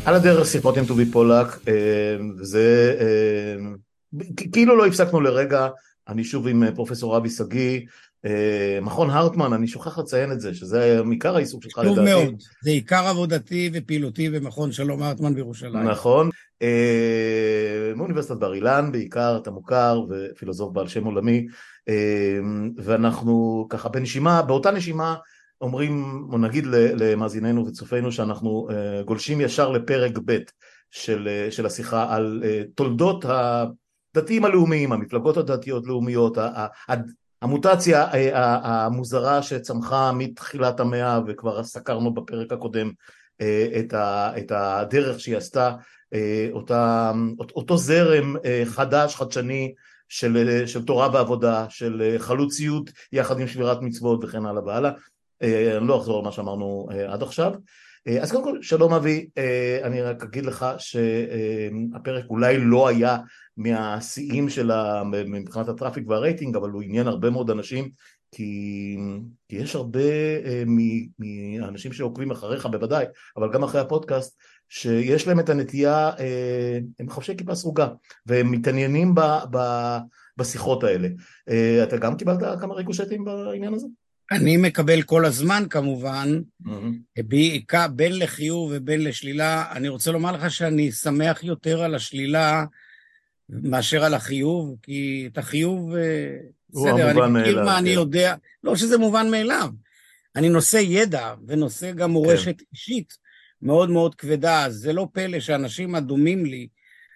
על הדרך שיחות עם טובי פולק, וזה כאילו לא הפסקנו לרגע. אני שוב עם פרופסור אבי סגי, מכון הרטמן, אני שוכח לציין את זה, שזה עיקר העיסוק שלך טוב לדעתי. מאוד, זה עיקר עבודתי ופעילותי במכון שלום הרטמן בירושלים. נכון, מאוניברסיטת בר אילן בעיקר, אתה מוכר ופילוסוף בעל שם עולמי, ואנחנו ככה בנשימה, באותה נשימה אומרים, או נגיד למאזיננו וצופינו, שאנחנו גולשים ישר לפרק ב' של השיחה על תולדות הדתיים הלאומיים, המפלגות הדתיות לאומיות, המוטציה המוזרה שצמחה מתחילת המאה, וכבר סקרנו בפרק הקודם את הדרך שהיא עשתה, אותו זרם חדש, חדשני, של תורה ועבודה, של חלוציות יחד עם שבירת מצוות וכן הלאה והלאה. אני לא אחזור על מה שאמרנו עד עכשיו. אז קודם כל, שלום אבי, אני רק אגיד לך שהפרק אולי לא היה מהשיאים שלה מבחינת הטראפיק והרייטינג, אבל הוא עניין הרבה מאוד אנשים, כי יש הרבה מהאנשים שעוקבים אחריך בוודאי, אבל גם אחרי הפודקאסט, שיש להם את הנטייה, הם חובשי כיפה סרוגה, והם מתעניינים בשיחות האלה. אתה גם קיבלת כמה ריקושטים בעניין הזה? אני מקבל כל הזמן כמובן, מהמם. בעיקר בין לחיוב ובין לשלילה. אני רוצה לומר לך שאני שמח יותר על השלילה מאשר על החיוב, כי את החיוב, הוא בסדר, אני המובן מכיר מאליו, מה אני כן. יודע, לא שזה מובן מאליו. אני נושא ידע ונושא גם כן. מורשת אישית מאוד מאוד כבדה, אז זה לא פלא שאנשים הדומים לי,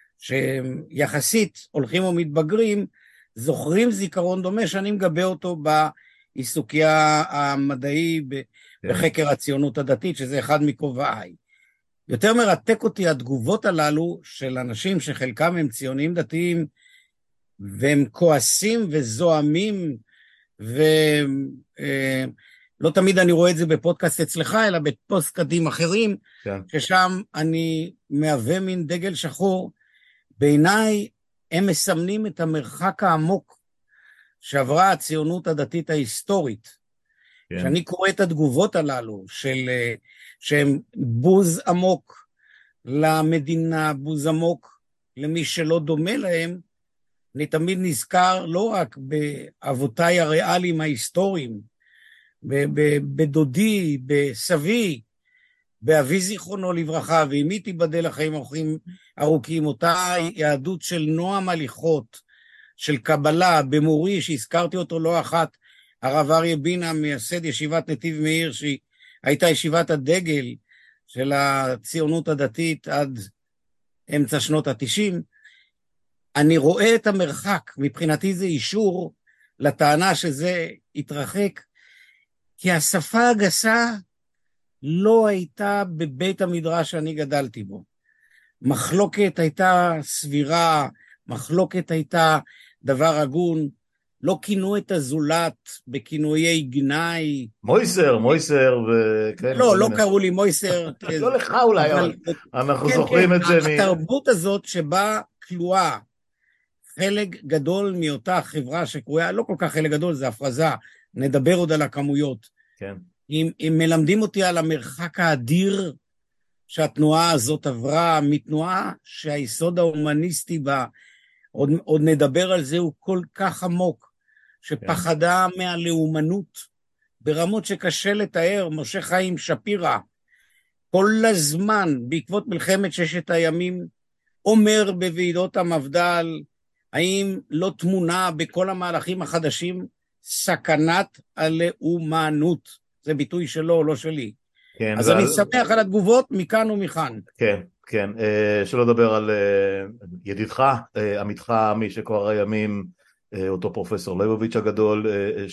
שיחסית הולכים ומתבגרים, זוכרים זיכרון דומה שאני מגבה אותו בעיסוקיה המדעי כן. בחקר הציונות הדתית, שזה אחד מכובעיי. יותר מרתק אותי התגובות הללו של אנשים שחלקם הם ציונים דתיים, והם כועסים וזועמים, ולא תמיד אני רואה את זה בפודקאסט אצלך, אלא בפודקאסטים אחרים, כן. ששם אני מהווה מין דגל שחור. בעיניי הם מסמנים את המרחק העמוק שעברה הציונות הדתית ההיסטורית. כן. כשאני קורא את התגובות הללו שהם בוז עמוק למדינה, בוז עמוק למי שלא דומה להם, אני תמיד נזכר לא רק באבותיי הריאליים ההיסטוריים, בדודי, בסבי, באבי זיכרונו לברכה, ואמי תיבדל לחיים ארוכים, אותה יהדות של נועם הליכות, של קבלה, במורי, שהזכרתי אותו לא אחת, הרב אריה בינה, מייסד ישיבת נתיב מאיר, שהיא הייתה ישיבת הדגל של הציונות הדתית עד אמצע שנות ה-90, אני רואה את המרחק, מבחינתי זה אישור לטענה שזה התרחק, כי השפה הגסה לא הייתה בבית המדרש שאני גדלתי בו. מחלוקת הייתה סבירה, מחלוקת הייתה דבר הגון, לא כינו את הזולת בכינויי גנאי. מויסר, וכן, לא, כל לא מיני. קראו לי מויסר, לא לך אולי, אבל אבל אנחנו כן, כן, זוכרים את זה התרבות הזאת שבה כלואה חלק גדול מאותה חברה שקרויה, לא כל כך חלק גדול, זה הפרזה, נדבר עוד על הכמויות. כן. אם מלמדים אותי על המרחק האדיר שהתנועה הזאת עברה, מתנועה שהיסוד ההומניסטי בה, עוד נדבר על זה, הוא כל כך עמוק, כן. שפחדה מהלאומנות, ברמות שקשה לתאר. משה חיים שפירא, כל הזמן, בעקבות מלחמת ששת הימים, אומר בוועידות המפד"ל, האם לא תמונה בכל המהלכים החדשים סכנת הלאומנות? זה ביטוי שלו, לא שלי. כן, אז אני שמח על התגובות מכאן ומכאן. כן, כן, שלא לדבר על ידידך, עמיתך משכבר הימים, אותו פרופסור ליבוביץ' הגדול,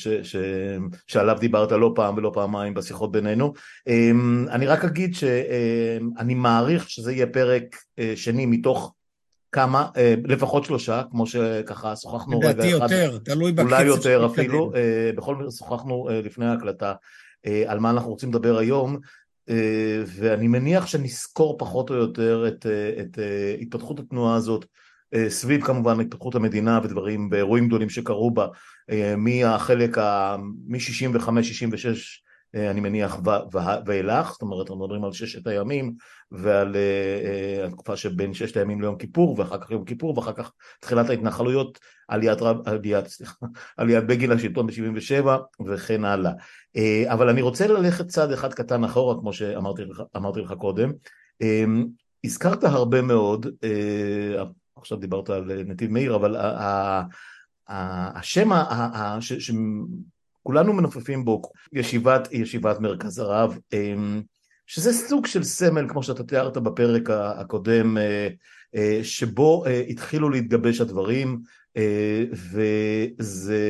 שעליו דיברת לא פעם ולא פעמיים בשיחות בינינו. אני רק אגיד שאני מעריך שזה יהיה פרק שני מתוך כמה, לפחות 3, כמו שככה שוחחנו רגע לדעתי אחד, יותר, תלוי אולי בקצב יותר שמתקדם. אפילו, בכל מקרה שוחחנו לפני ההקלטה על מה אנחנו רוצים לדבר היום, ואני מניח שנזכור פחות או יותר את התפתחות התנועה הזאת, סביב כמובן התפתחות המדינה ודברים באירועים גדולים שקרו בה, מ-65, 66 אני מניח, ואילך, זאת אומרת, אנחנו מדברים על ששת הימים, ועל התקופה שבין ששת הימים ליום כיפור, ואחר כך יום כיפור, ואחר כך תחילת ההתנחלויות, עליית בגין לשלטון ב-77, וכן הלאה. אבל אני רוצה ללכת צעד אחד קטן אחורה, כמו שאמרתי לך קודם. הזכרת הרבה מאוד, עכשיו דיברת על נתיב מאיר, אבל השם שכולנו מנופפים בו, ישיבת מרכז הרב, שזה סוג של סמל, כמו שאתה תיארת בפרק הקודם, שבו התחילו להתגבש הדברים, וזה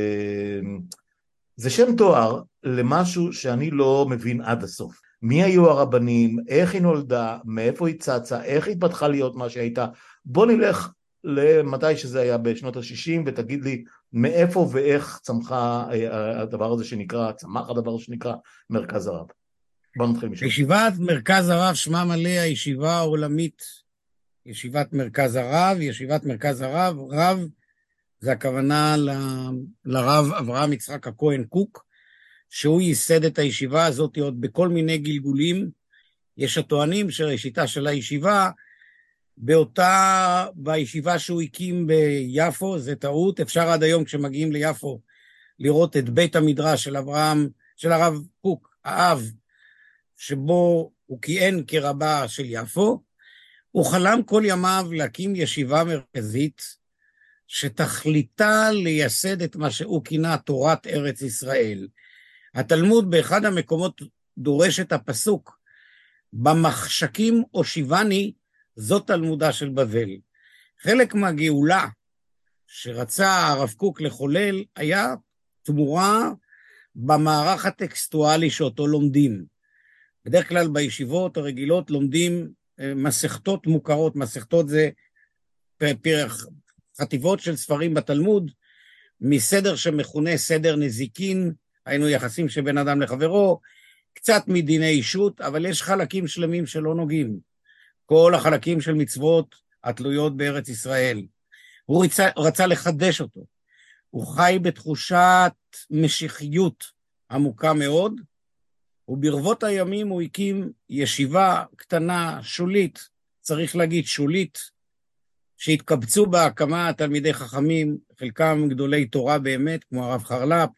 שם תואר למשהו שאני לא מבין עד הסוף. מי היו הרבנים, איך היא נולדה, מאיפה היא צצה, איך היא התפתחה להיות מה שהייתה. בוא נלך למתי שזה היה בשנות ה-60, ותגיד לי מאיפה ואיך צמח הדבר הזה שנקרא מרכז הרב. בוא נתחיל משם. ישיבת מרכז הרב, שמה מלא הישיבה העולמית, ישיבת מרכז הרב. ישיבת מרכז הרב, רב זה הכוונה לרב אברהם יצחק הכהן קוק, שהוא ייסד את הישיבה הזאת עוד בכל מיני גלגולים. יש הטוענים שראשיתה של הישיבה בישיבה שהוא הקים ביפו, זה טעות. אפשר עד היום כשמגיעים ליפו לראות את בית המדרש של הרב קוק, האב, שבו הוא כיהן כרבה של יפו. הוא חלם כל ימיו להקים ישיבה מרכזית שתכליתה לייסד את מה שהוא כינה תורת ארץ ישראל. התלמוד באחד המקומות דורש את הפסוק, במחשכים הושיבני, זאת תלמודה של בבל. חלק מהגאולה שרצה הרב קוק לחולל היה תמורה במערך הטקסטואלי שאותו לומדים. בדרך כלל בישיבות הרגילות לומדים מסכתות מוכרות, מסכתות זה חטיבות של ספרים בתלמוד, מסדר שמכונה סדר נזיקין, היינו יחסים שבין אדם לחברו, קצת מדיני אישות, אבל יש חלקים שלמים שלא נוגעים. כל החלקים של מצוות התלויות בארץ ישראל. הוא רצה לחדש אותו. הוא חי בתחושת משיחיות עמוקה מאוד, וברבות הימים הוא הקים ישיבה קטנה, שולית, צריך להגיד שולית, שהתקבצו בה כמה תלמידי חכמים, חלקם גדולי תורה באמת, כמו הרב חרל"פ,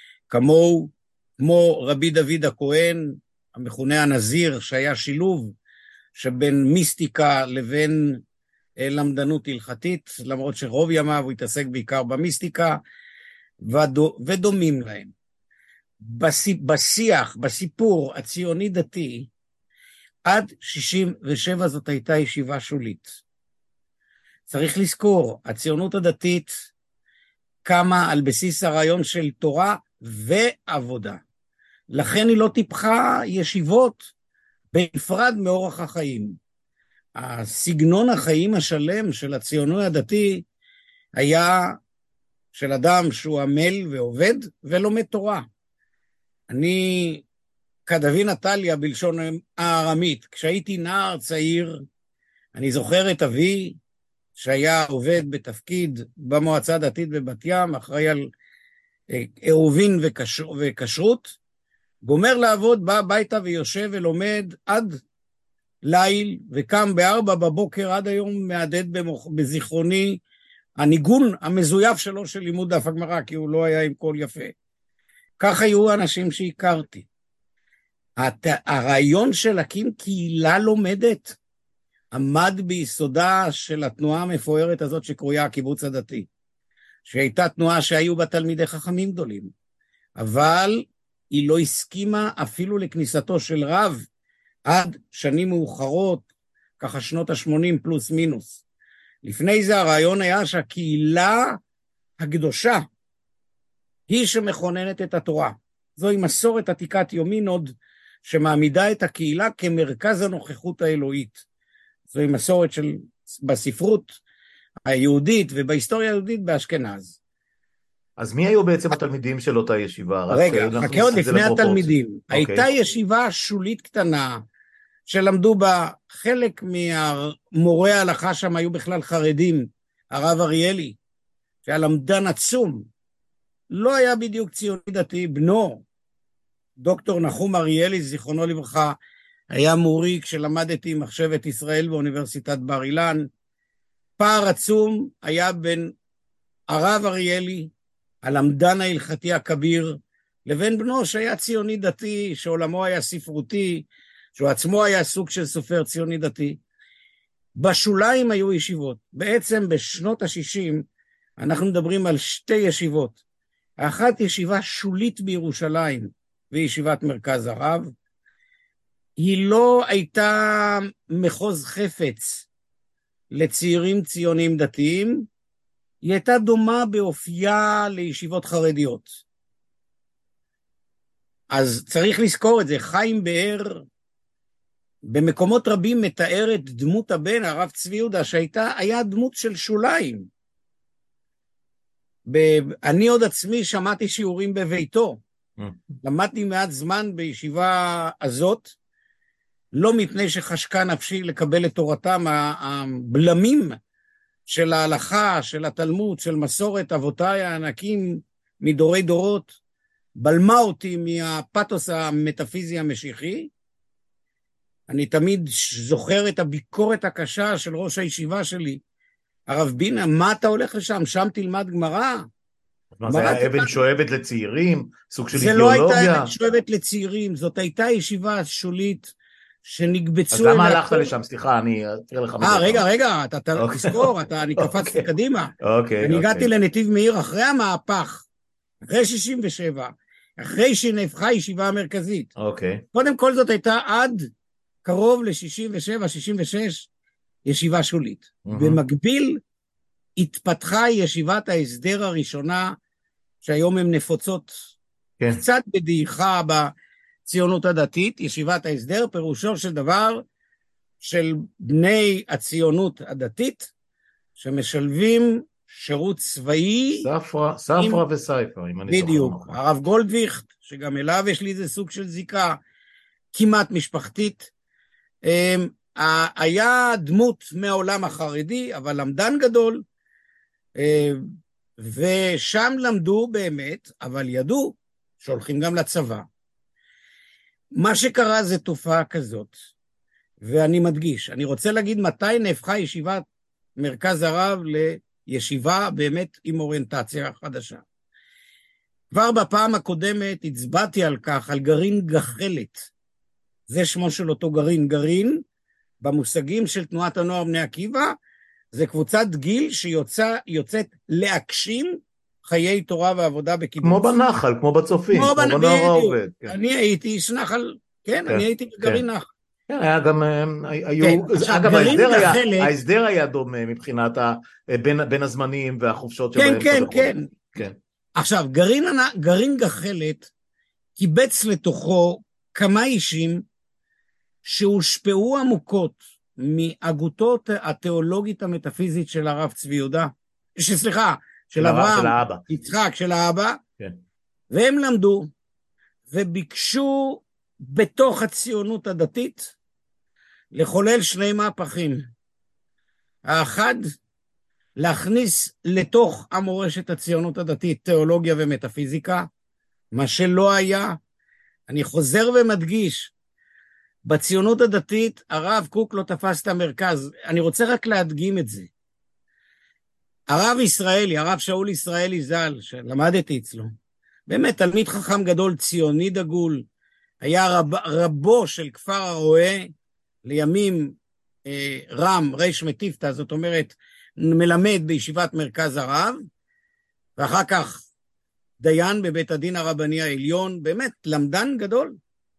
כמו רבי דוד הכהן, המכונה הנזיר, שהיה שילוב שבין מיסטיקה לבין למדנות הלכתית, למרות שרוב ימיו הוא התעסק בעיקר במיסטיקה, ודומים להם. בשיח, בסיפור הציוני דתי, עד 67 זאת הייתה ישיבה שולית. צריך לזכור, הציונות הדתית קמה על בסיס הרעיון של תורה ועבודה. לכן היא לא טיפחה ישיבות בנפרד מאורח החיים. הסגנון החיים השלם של הציונות הדתי היה של אדם שהוא עמל ועובד ולומד תורה. אני כדבי נטליה בלשון הארמית, כשהייתי נער צעיר, אני זוכר את אבי שהיה עובד בתפקיד במועצה הדתית בבת ים, אחראי על עירובין וכשרות, גומר לעבוד, בא הביתה ויושב ולומד עד ליל, וקם ב4 בבוקר, עד היום מעדד בזיכרוני הניגון המזויף שלו של לימוד דף הגמרא, כי הוא לא היה עם קול יפה. כך היו אנשים שהכרתי. הרעיון של להקים קהילה לומדת עמד ביסודה של התנועה המפוארת הזאת שקרויה הקיבוץ הדתי, שהייתה תנועה שהיו בה תלמידי חכמים גדולים, אבל היא לא הסכימה אפילו לכניסתו של רב עד שנים מאוחרות, ככה שנות ה-80 פלוס מינוס. לפני זה הרעיון היה שהקהילה הקדושה היא שמכוננת את התורה. זוהי מסורת עתיקת יומין עוד שמעמידה את הקהילה כמרכז הנוכחות האלוהית. זוהי מסורת בספרות היהודית ובהיסטוריה היהודית באשכנז. אז מי היו בעצם התלמידים של אותה ישיבה? רגע, חכה עוד לפני התלמידים. הייתה ישיבה שולית קטנה, שלמדו בה חלק מהמורי ההלכה שם היו בכלל חרדים, הרב אריאלי, שהיה למדן עצום, לא היה בדיוק ציוני דתי, בנו, דוקטור נחום אריאלי, זיכרונו לברכה, היה מורי כשלמדתי מחשבת ישראל באוניברסיטת בר אילן. פער עצום היה בין הרב אריאלי, הלמדן ההלכתי הכביר, לבין בנו שהיה ציוני דתי, שעולמו היה ספרותי, שהוא עצמו היה סוג של סופר ציוני דתי. בשוליים היו ישיבות. בעצם בשנות ה-60 אנחנו מדברים על שתי ישיבות. האחת ישיבה שולית בירושלים, וישיבת מרכז הרב. היא לא הייתה מחוז חפץ לצעירים ציונים דתיים, היא הייתה דומה באופייה לישיבות חרדיות. אז צריך לזכור את זה. חיים באר במקומות רבים מתאר את דמות הבן, הרב צבי יהודה, היה דמות של שוליים. אני עוד עצמי שמעתי שיעורים בביתו. למדתי מעט זמן בישיבה הזאת, לא מפני שחשקה נפשי לקבל את תורתם. הבלמים של ההלכה, של התלמוד, של מסורת אבותיי הענקים מדורי דורות, בלמה אותי מהפתוס המטאפיזי המשיחי. אני תמיד זוכר את הביקורת הקשה של ראש הישיבה שלי, הרב בינה, מה אתה הולך לשם? שם תלמד גמרא. מה זה היה אבן שואבת לצעירים? סוג של זה אידיאולוגיה? לא הייתה אבן שואבת לצעירים, זאת הייתה ישיבה שולית שנקבצו... אז למה הלכת לשם? סליחה, אני אתאר לך... רגע, אתה תזכור, אני קפצתי קדימה. אני הגעתי לנתיב מאיר אחרי המהפך, אחרי 67, אחרי שנהפכה ישיבה המרכזית. קודם כל זאת הייתה עד קרוב ל-67, 66, ישיבה שולית. במקביל התפתחה ישיבת ההסדר הראשונה, שהיום הן נפוצות קצת בדעיכה בציונות הדתית. ישיבת ההסדר פירושו של דבר של בני הציונות הדתית, שמשלבים שירות צבאי. ספרא וסייפא, אם אני זוכר. בדיוק. הרב גולדוויכט, שגם אליו יש לי איזה סוג של זיקה כמעט משפחתית, היה דמות מהעולם החרדי, אבל למדן גדול, ושם למדו באמת, אבל ידעו שהולכים גם לצבא. מה שקרה זה תופעה כזאת, ואני מדגיש, אני רוצה להגיד מתי נהפכה ישיבת מרכז הרב לישיבה באמת עם אוריינטציה חדשה. כבר בפעם הקודמת הצבעתי על כך, על גרעין גחלת. זה שמו של אותו גרעין. גרעין, במושגים של תנועת הנוער בני עקיבא, זה קבוצת גיל שיוצאת להגשים חיי תורה ועבודה בקיבוץ. כמו בנחל, כמו בצופים, כמו בנוער העובד. אני הייתי איש נחל, כן, אני הייתי בגרעין נחל. כן, היה גם, אגב, ההסדר היה דומה מבחינת בין הזמנים והחופשות שבהם. כן. עכשיו, גרעין גחלת קיבץ לתוכו כמה אישים שהושפעו עמוקות מהגותות התיאולוגית המטאפיזית של הרב צבי יהודה, של אברהם, יצחק, של האבא, והם למדו וביקשו בתוך הציונות הדתית לחולל שני מהפכים. האחד, להכניס לתוך המורשת הציונות הדתית תיאולוגיה ומטאפיזיקה, מה שלא היה. אני חוזר ומדגיש, בציונות הדתית הרב קוק לא תפס את המרכז. אני רוצה רק להדגים את זה. הרב ישראלי, הרב שאול ישראלי ז"ל, שלמדתי אצלו, באמת תלמיד חכם גדול, ציוני דגול, היה רבו של כפר הרועה, לימים רם, ריש מטיפתא, זאת אומרת, מלמד בישיבת מרכז הרב, ואחר כך דיין בבית הדין הרבני העליון, באמת למדן גדול.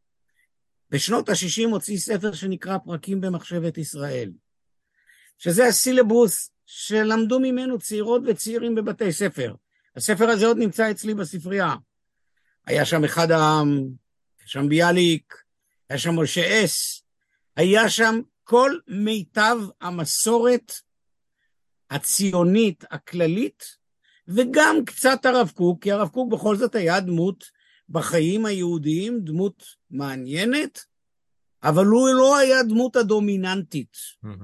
בשנות ה-60 הוציא ספר שנקרא פרקים במחשבת ישראל, שזה הסילבוס שלמדו ממנו צעירות וצעירים בבתי ספר. הספר הזה עוד נמצא אצלי בספרייה. היה שם אחד העם, היה שם ביאליק, היה שם משה אס, היה שם כל מיטב המסורת הציונית הכללית, וגם קצת הרב קוק, כי הרב קוק בכל זאת היה דמות בחיים היהודיים, דמות מעניינת, אבל הוא לא היה דמות הדומיננטית.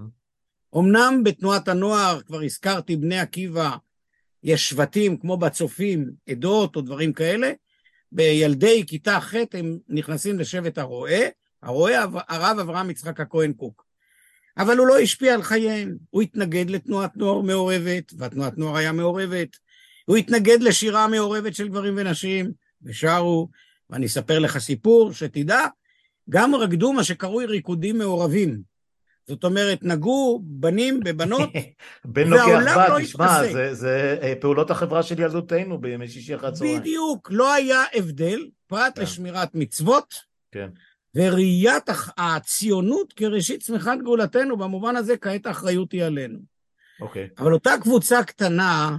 אמנם בתנועת הנוער, כבר הזכרתי בני עקיבא, יש שבטים כמו בצופים, עדות או דברים כאלה, בילדי כיתה ח' הם נכנסים לשבט הרועה, הרב אברהם יצחק הכהן קוק. אבל הוא לא השפיע על חייהם, הוא התנגד לתנועת נוער מעורבת, והתנועת נוער היה מעורבת, הוא התנגד לשירה מעורבת של גברים ונשים, ושרו, ואני אספר לך סיפור שתדע, גם רקדו מה שקרוי ריקודים מעורבים. זאת אומרת, נגעו בנים בבנות, בן לוקח בת, לא תשמע, זה פעולות החברה של ילדותנו בימי שישי אחר הצהריים. בדיוק, לא היה הבדל, פרט לשמירת מצוות, כן. וראיית הציונות כראשית צמיחת גאולתנו, במובן הזה כעת האחריות היא עלינו. אוקיי. אבל אותה קבוצה קטנה,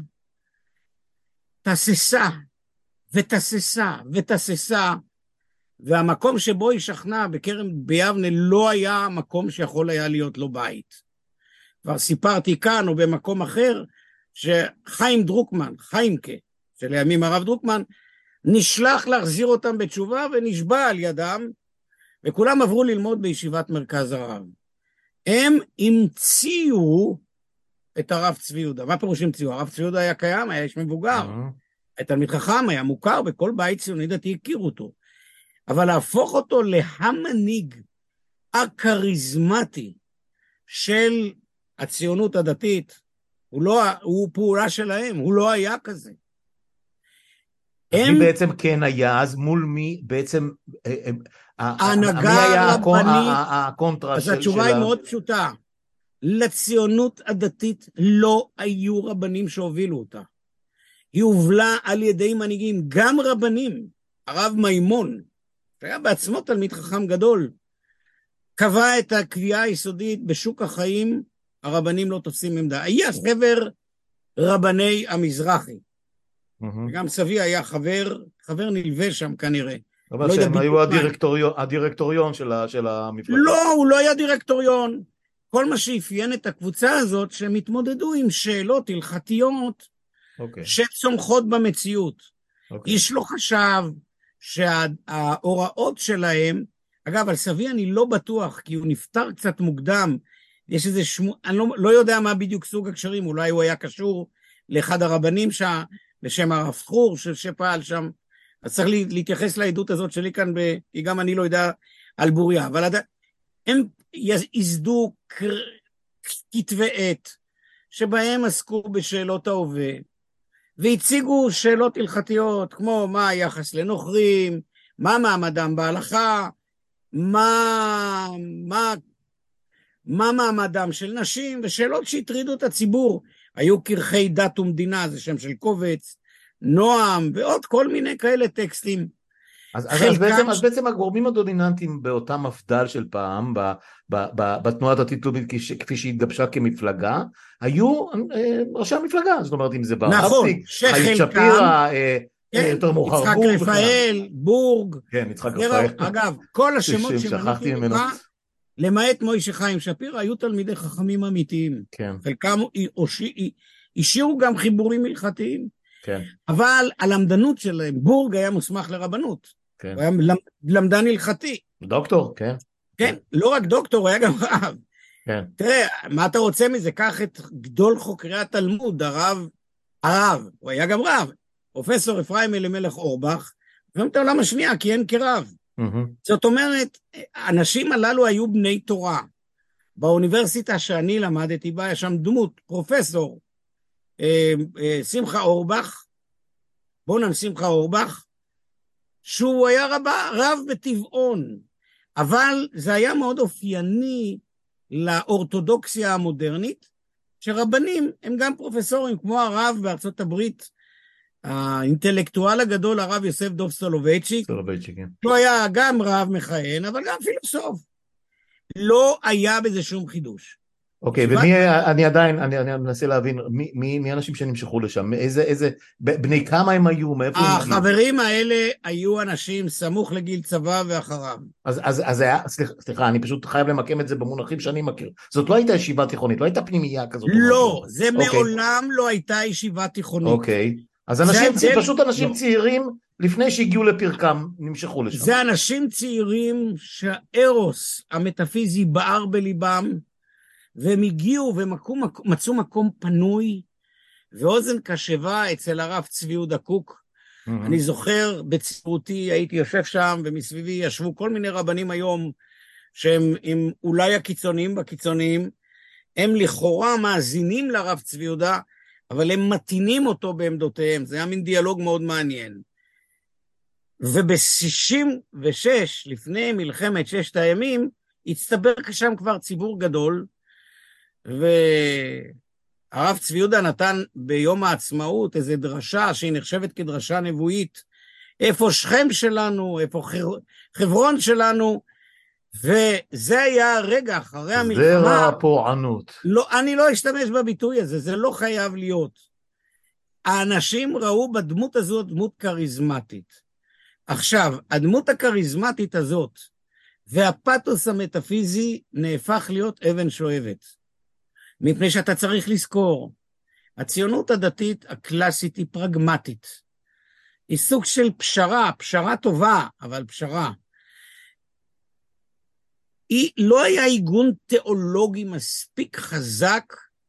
תססה, ותססה, ותססה, והמקום שבו היא שכנה בקרם ביבנה לא היה מקום שיכול היה להיות לו בית. כבר סיפרתי כאן או במקום אחר, שחיים דרוקמן, חיימקה, שלימים הרב דרוקמן, נשלח להחזיר אותם בתשובה ונשבע על ידם, וכולם עברו ללמוד בישיבת מרכז הרב. הם המציאו את הרב צבי יהודה. מה פירוש המציאו? הרב צבי יהודה היה קיים, היה איש מבוגר. תלמיד חכם, היה מוכר, בכל בית ציוני דתי הכירו אותו. אבל להפוך אותו להמנהיג הכריזמטי של הציונות הדתית, הוא פעולה שלהם, הוא לא היה כזה. מי בעצם כן היה אז מול מי בעצם, ההנהגה הרבנית, הקונטרה אז התשובה היא מאוד פשוטה, לציונות הדתית לא היו רבנים שהובילו אותה, היא הובלה על ידי מנהיגים, גם רבנים, הרב מימון, שהיה בעצמו תלמיד חכם גדול, קבע את הקביעה היסודית בשוק החיים, הרבנים לא תופסים עמדה. היה חבר רבני המזרחי, וגם סבי היה חבר נלווה שם כנראה. אבל שהם היו הדירקטוריון של המפלגה. לא, הוא לא היה דירקטוריון. כל מה שאפיין את הקבוצה הזאת, שהם התמודדו עם שאלות הלכתיות, שצומחות במציאות. איש לא חשב שההוראות שלהם, אגב, על סבי אני לא בטוח, כי הוא נפטר קצת מוקדם, יש איזה אני לא יודע מה בדיוק סוג הקשרים, אולי הוא היה קשור לאחד הרבנים בשם הרב חור שפעל שם, אז צריך להתייחס לעדות הזאת שלי כאן, כי גם אני לא יודע על בוריה, אבל הם יסדו כתבי עת, שבהם עסקו בשאלות ההווה, והציגו שאלות הלכתיות, כמו מה היחס לנוכרים, מה מעמדם בהלכה, מה מעמדם של נשים, ושאלות שהטרידו את הציבור. היו קרחי דת ומדינה, זה שם של קובץ, נועם, ועוד כל מיני כאלה טקסטים. אז בעצם הגורמים הדומיננטיים באותה מפד"ל של פעם, בתנועת הדתית כפי שהתגבשה כמפלגה, היו ראשי המפלגה, זאת אומרת אם זה בר אבסיק, חיים שפירא, יותר מאוחר יצחק רפאל, בורג, כן, יצחק רפאל. אגב, כל השמות שמניתי לך, למעט מוישה חיים שפירא, היו תלמידי חכמים אמיתיים. כן. חלקם השאירו גם חיבורים הלכתיים. כן. אבל הלמדנות שלהם, בורג היה מוסמך לרבנות. כן. הוא היה למדן הלכתי. דוקטור, כן. כן, לא רק דוקטור, הוא היה גם רב. כן. תראה, מה אתה רוצה מזה? קח את גדול חוקרי התלמוד, הרב, הוא היה גם רב, פרופסור אפרים אלימלך אורבך, במלחמת העולם השנייה, כיהן כרב. זאת אומרת, האנשים הללו היו בני תורה. באוניברסיטה שאני למדתי בה, היה שם דמות, פרופסור שמחה אורבך, בונם שמחה אורבך, שהוא היה רב בטבעון, אבל זה היה מאוד אופייני לאורתודוקסיה המודרנית, שרבנים הם גם פרופסורים, כמו הרב בארצות הברית, האינטלקטואל הגדול, הרב יוסף דוב סולובייצ'יק, הוא היה גם רב מכהן, אבל גם פילוסוף. לא היה בזה שום חידוש. אוקיי, ומי, אני מנסה להבין, מי אנשים שנמשכו לשם? בני כמה הם היו? החברים האלה היו אנשים סמוך לגיל צבא ואחריו. אז היה, סליחה, אני פשוט חייב למקם את זה במונחים שאני מכיר. זאת לא הייתה ישיבה תיכונית, לא הייתה פנימייה כזאת. לא, זה מעולם לא הייתה ישיבה תיכונית. אוקיי, אז פשוט אנשים צעירים, לפני שהגיעו לפרקם, נמשכו לשם. זה אנשים צעירים שהארוס המטאפיזי בער בליבם, והם הגיעו ומצאו מקום פנוי, ואוזן קשבה אצל הרב צבי יהודה קוק, אני זוכר בצעירותי, הייתי יושב שם, ומסביבי ישבו כל מיני רבנים היום, שהם אולי הקיצוניים בקיצוניים, הם לכאורה מאזינים לרב צבי יהודה, אבל הם מתינים אותו בעמדותיהם, זה היה מין דיאלוג מאוד מעניין. וב-66, לפני מלחמת ששת הימים, הצטבר שם כבר ציבור גדול, והרב צבי יהודה נתן ביום העצמאות איזו דרשה שהיא נחשבת כדרשה נבואית, איפה שכם שלנו, איפה חברון שלנו, וזה היה רגע אחרי המלחמה. זרע הפורענות. לא, אני לא אשתמש בביטוי הזה, זה לא חייב להיות. האנשים ראו בדמות הזאת דמות קריזמטית. עכשיו, הדמות הקריזמטית הזאת, והפתוס המטאפיזי נהפך להיות אבן שואבת. מפני שאתה צריך לזכור, הציונות הדתית הקלאסית היא פרגמטית. היא סוג של פשרה, פשרה טובה, אבל פשרה. היא לא היה עיגון תיאולוגי מספיק חזק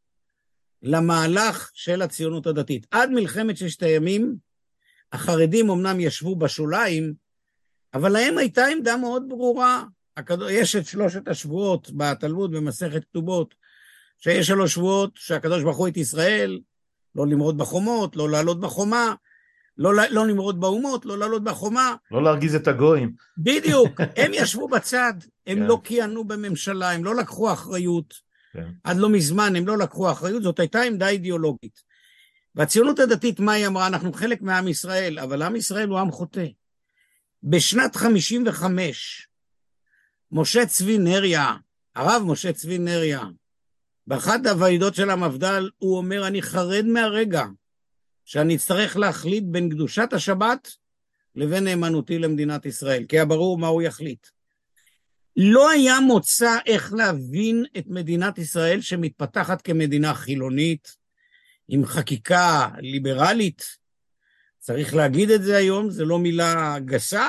למהלך של הציונות הדתית. עד מלחמת ששת הימים, החרדים אמנם ישבו בשוליים, אבל להם הייתה עמדה מאוד ברורה. יש את 3 השבועות בתלמוד במסכת כתובות, שיש 3 שבועות שהקדוש ברוך הוא את ישראל, לא למרוד בחומות, לא לעלות בחומה, לא למרוד באומות, לא לעלות בחומה. לא להרגיז את הגויים. בדיוק, הם ישבו בצד, הם לא כיהנו בממשלה, הם לא לקחו אחריות, עד לא מזמן הם לא לקחו אחריות, זאת הייתה עמדה אידיאולוגית. והציונות הדתית, מה היא אמרה? אנחנו חלק מעם ישראל, אבל עם ישראל הוא עם חוטא. בשנת 55, משה צבי נריה, הרב משה צבי נריה, באחת הוועידות של המפד"ל, הוא אומר, אני חרד מהרגע שאני אצטרך להחליט בין קדושת השבת לבין נאמנותי למדינת ישראל, כי היה ברור מה הוא יחליט. לא היה מוצא איך להבין את מדינת ישראל שמתפתחת כמדינה חילונית, עם חקיקה ליברלית, צריך להגיד את זה היום, זה לא מילה גסה,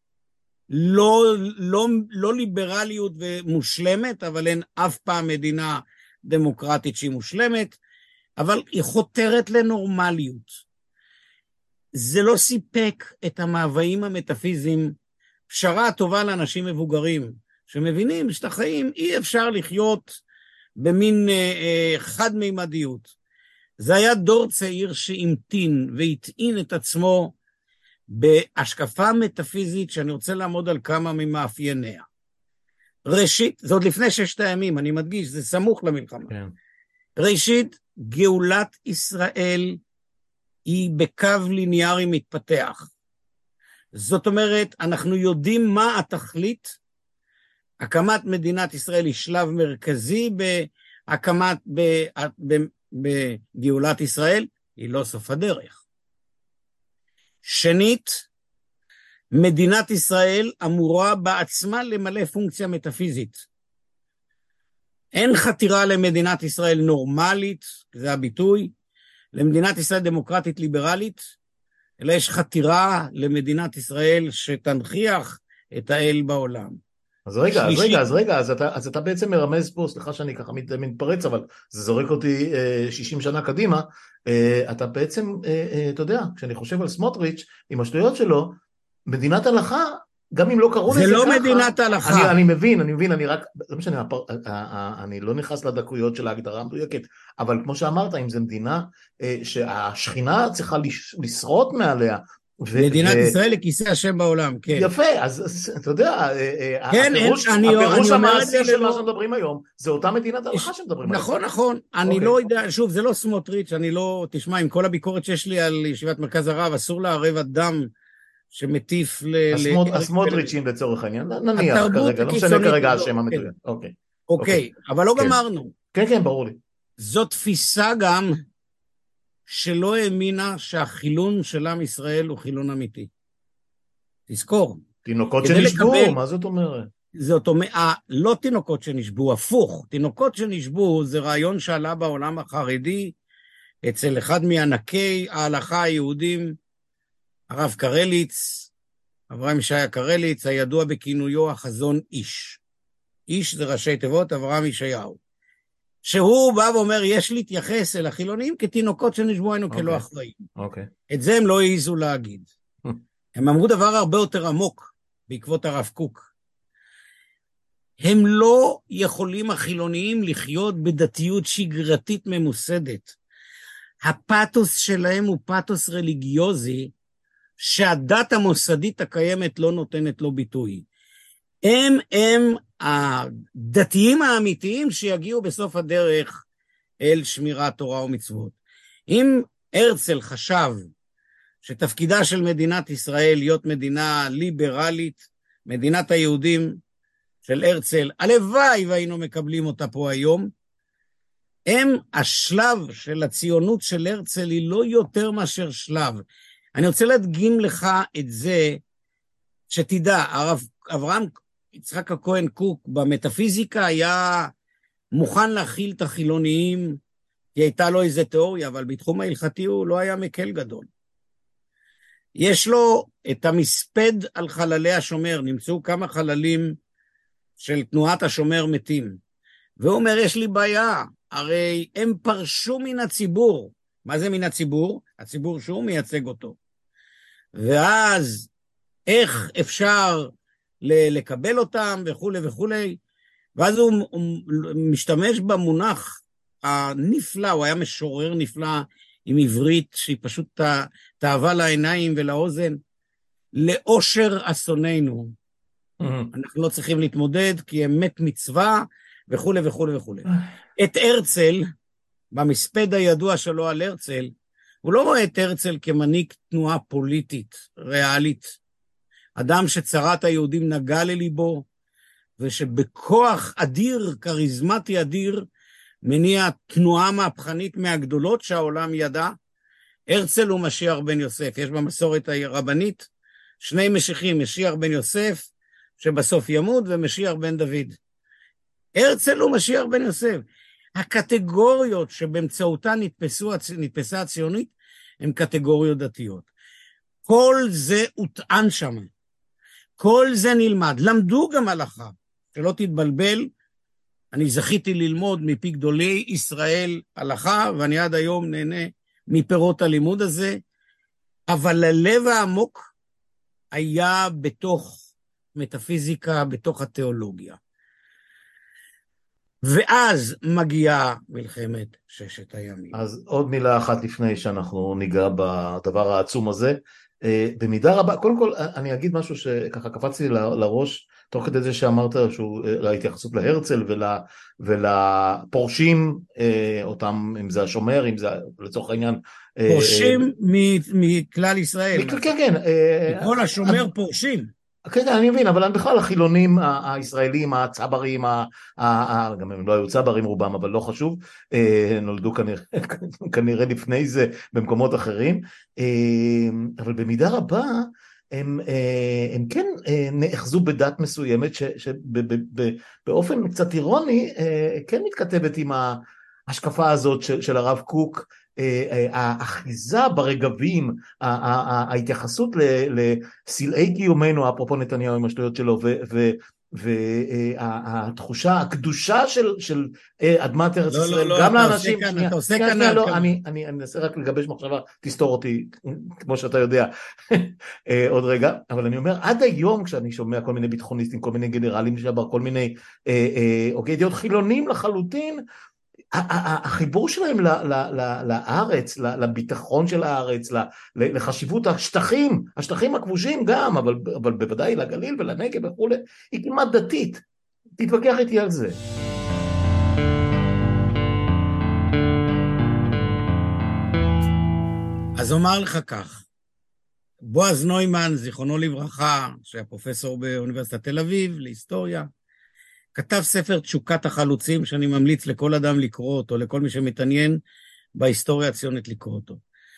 לא ליברליות ומושלמת, אבל אין אף פעם מדינה דמוקרטית שהיא מושלמת, אבל היא חותרת לנורמליות. זה לא סיפק את המאוויים המטאפיזיים, פשרה טובה לאנשים מבוגרים, שמבינים שאת החיים אי אפשר לחיות במין חד-מימדיות. זה היה דור צעיר שהמתין והטעין את עצמו בהשקפה מטאפיזית שאני רוצה לעמוד על כמה ממאפייניה. ראשית, זה עוד לפני ששת הימים, אני מדגיש, זה סמוך למלחמה. כן. ראשית, גאולת ישראל היא בקו ליניארי מתפתח. זאת אומרת, אנחנו יודעים מה התכלית, הקמת מדינת ישראל היא שלב מרכזי בגאולת ישראל, היא לא סוף הדרך. שנית, מדינת ישראל אמורה בעצמה למלא פונקציה מטאפיזית. אין חתירה למדינת ישראל נורמלית, זה הביטוי, למדינת ישראל דמוקרטית ליברלית, אלא יש חתירה למדינת ישראל שתנכיח את האל בעולם. אז אתה בעצם מרמז פה, סליחה שאני ככה מתפרץ, אבל זה זורק אותי 60 שנה קדימה, אתה בעצם, אתה יודע, כשאני חושב על סמוטריץ' עם השטויות שלו, מדינת הלכה, גם אם לא קראו לזה ככה, זה לא מדינת הלכה. אני מבין, אני רק, לא משנה, אני לא נכנס לדקויות של ההגדרה המדויקת, אבל כמו שאמרת, אם זו מדינה שהשכינה צריכה לשרות מעליה, מדינת ישראל לכיסא השם בעולם, כן. יפה, אז אתה יודע, הפירוש המעשי של מה שמדברים היום, זה אותה מדינת הלכה שמדברים היום. נכון, אני לא יודע, שוב, זה לא סמוטריץ', אני לא, תשמע, עם כל הביקורת שיש לי על ישיבת מרכז הרב, אסור לערב אדם שמטיף הסמוטריצ'ים לצורך העניין, נניח כרגע, לא משנה כרגע השם המדויק. אוקיי, אבל לא גמרנו. כן, ברור לי. זו תפיסה גם שלא האמינה שהחילון של עם ישראל הוא חילון אמיתי. תזכור. תינוקות שנשבו, מה זאת אומרת? זאת אומרת, לא תינוקות שנשבו, הפוך. תינוקות שנשבו זה רעיון שעלה בעולם החרדי, אצל אחד מענקי ההלכה היהודים, הרב קרליץ, אברהם ישעיה קרליץ, הידוע בכינויו החזון איש. איש זה ראשי תיבות, אברהם ישעיהו. שהוא בא ואומר, יש להתייחס אל החילונים כתינוקות שנשבו היינו כלא אחראים. את זה הם לא העזו להגיד. הם אמרו דבר הרבה יותר עמוק בעקבות הרב קוק. הם לא יכולים החילוניים לחיות בדתיות שגרתית ממוסדת. הפאתוס שלהם הוא פאתוס רליגיוזי, שהדת המוסדית הקיימת לא נותנת לו ביטוי. הם הדתיים האמיתיים שיגיעו בסוף הדרך אל שמירת תורה ומצוות. אם הרצל חשב שתפקידה של מדינת ישראל להיות מדינה ליברלית, מדינת היהודים של הרצל, הלוואי והיינו מקבלים אותה פה היום, השלב של הציונות של הרצל היא לא יותר מאשר שלב. אני רוצה להדגים לך את זה, שתדע, הרב אברהם יצחק הכהן קוק במטאפיזיקה היה מוכן להכיל את החילוניים, כי הייתה לו איזה תיאוריה, אבל בתחום ההלכתי הוא לא היה מקל גדול. יש לו את המספד על חללי השומר, נמצאו כמה חללים של תנועת השומר מתים, והוא אומר, יש לי בעיה, הרי הם פרשו מן הציבור. מה זה מן הציבור? הציבור שהוא מייצג אותו. ואז איך אפשר לקבל אותם וכו' וכו'. ואז הוא משתמש במונח הנפלא, הוא היה משורר נפלא עם עברית שהיא פשוט תאווה לעיניים ולאוזן, לאושר אסוננו. אנחנו לא צריכים להתמודד כי הם מת מצווה וכו' וכו' וכו'. את הרצל, במספד הידוע שלו על הרצל, הוא לא רואה את הרצל כמנהיג תנועה פוליטית, ריאלית, אדם שצרת היהודים נגע לליבו, ושבכוח אדיר, קריזמטי אדיר, מניע תנועה מהפכנית מהגדולות שהעולם ידע. הרצל הוא משיח בן יוסף, יש במסורת הרבנית שני משיחים, משיח בן יוסף, שבסוף ימות, ומשיח בן דוד. הרצל הוא משיח בן יוסף. הקטגוריות שבאמצעותן נתפסה הציונית, הן קטגוריות דתיות. כל זה הוטען שם. כל זה נלמד. למדו גם הלכה. שלא תתבלבל, אני זכיתי ללמוד מפי גדולי ישראל הלכה, ואני עד היום נהנה מפירות הלימוד הזה, אבל הלב העמוק היה בתוך מטאפיזיקה, בתוך התיאולוגיה. ואז מגיעה מלחמת ששת הימים. אז עוד מילה אחת לפני שאנחנו ניגע בדבר העצום הזה. במידה רבה, קודם כל אני אגיד משהו שככה קפצתי לראש, תוך כדי זה שאמרת שהוא להתייחסות להרצל ולפורשים, אותם, אם זה השומר, אם זה לצורך העניין... פורשים מכלל ישראל. כן, כן. כל השומר פורשים. כן, אני מבין, אבל בכלל החילונים הישראלים, הצברים, גם הם לא היו צברים רובם, אבל לא חשוב, נולדו כנראה לפני זה במקומות אחרים, אבל במידה רבה הם כן נאחזו בדת מסוימת, שבאופן קצת אירוני כן מתכתבת עם ההשקפה הזאת של הרב קוק, האחיזה ברגבים, ההתייחסות לסלעי קיומנו, אפרופו נתניהו עם השטויות שלו, והתחושה, הקדושה של אדמת ארץ ישראל, גם לאנשים... אתה עושה כאן... אני אנסה רק לגבש מחשבה, תסתור אותי, כמו שאתה יודע, עוד רגע, אבל אני אומר, עד היום כשאני שומע כל מיני ביטחוניסטים, כל מיני גנרלים שבר, כל מיני דעות חילונים לחלוטין, החיבור שלהם לארץ, לביטחון של הארץ, לחשיבות השטחים הכבושים גם, אבל בוודאי לגליל ולנגב וכו', היא כמעט דתית. תתווכח איתי על זה. אז אומר לך כך, בועז נוימן, זיכרונו לברכה, שהיה פרופסור באוניברסיטת תל אביב, להיסטוריה, כתב ספר תשוקת החלוצים, שאני ממליץ לכל אדם לקרוא אותו, לכל מי שמתעניין בהיסטוריה הציונית לקרוא אותו.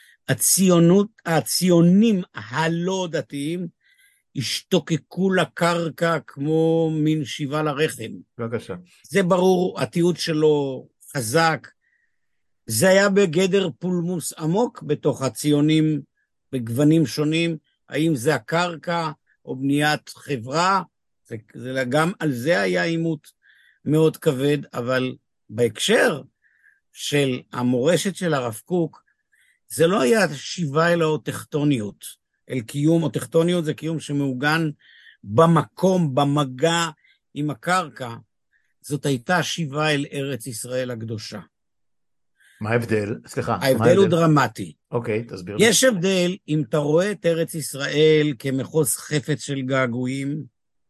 הציונים הלא דתיים, השתוקקו לקרקע כמו מין שיבה לרחם. בבקשה. זה ברור, התיעוד שלו חזק. זה היה בגדר פולמוס עמוק בתוך הציונים בגוונים שונים, האם זה הקרקע או בניית חברה, גם על זה היה עימות מאוד כבד, אבל בהקשר של המורשת של הרב קוק, זה לא היה שיבה אל האוטכטוניות, אל קיום, אוטכטוניות זה קיום שמעוגן במקום, במגע עם הקרקע, זאת הייתה שיבה אל ארץ ישראל הקדושה. מה ההבדל? סליחה. ההבדל הוא דרמטי. אוקיי, תסביר לי. יש הבדל אם אתה רואה את ארץ ישראל כמחוז חפץ של געגועים,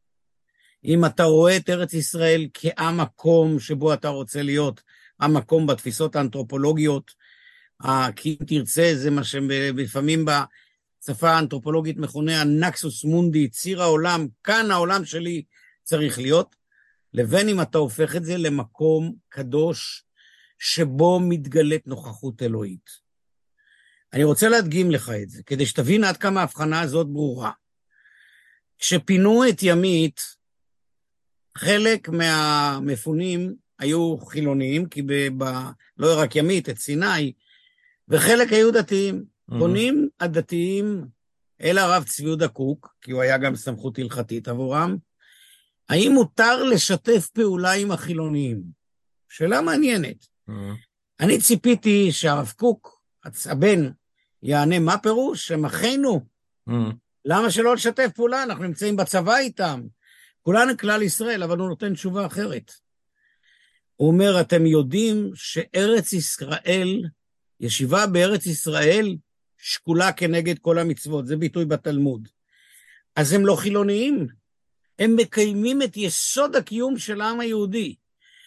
אם אתה רואה את ארץ ישראל כהמקום שבו אתה רוצה להיות, המקום בתפיסות האנתרופולוגיות, כי אם תרצה זה מה שלפעמים בשפה האנתרופולוגית מכונה הנקסוס מונדי, ציר העולם, כאן העולם שלי צריך להיות, לבין אם אתה הופך את זה למקום קדוש, שבו מתגלית נוכחות אלוהית. אני רוצה להדגים לך את זה, כדי שתבין עד כמה ההבחנה הזאת ברורה. כשפינו את ימית, חלק מהמפונים היו חילוניים, כי לא רק ימית, את סיני, וחלק היו דתיים. פונים הדתיים אל הרב צבי יהודה קוק, כי הוא היה גם סמכות הלכתית עבורם, האם מותר לשתף פעולה עם החילוניים? שאלה מעניינת. אני ציפיתי שהרב קוק, הבן, יענה מה פירוש? הם אחינו. למה שלא לשתף פעולה? אנחנו נמצאים בצבא איתם. כולנו כלל ישראל, אבל הוא נותן תשובה אחרת. הוא אומר, אתם יודעים שארץ ישראל, ישיבה בארץ ישראל, שקולה כנגד כל המצוות. זה ביטוי בתלמוד. אז הם לא חילוניים. הם מקיימים את יסוד הקיום של העם היהודי.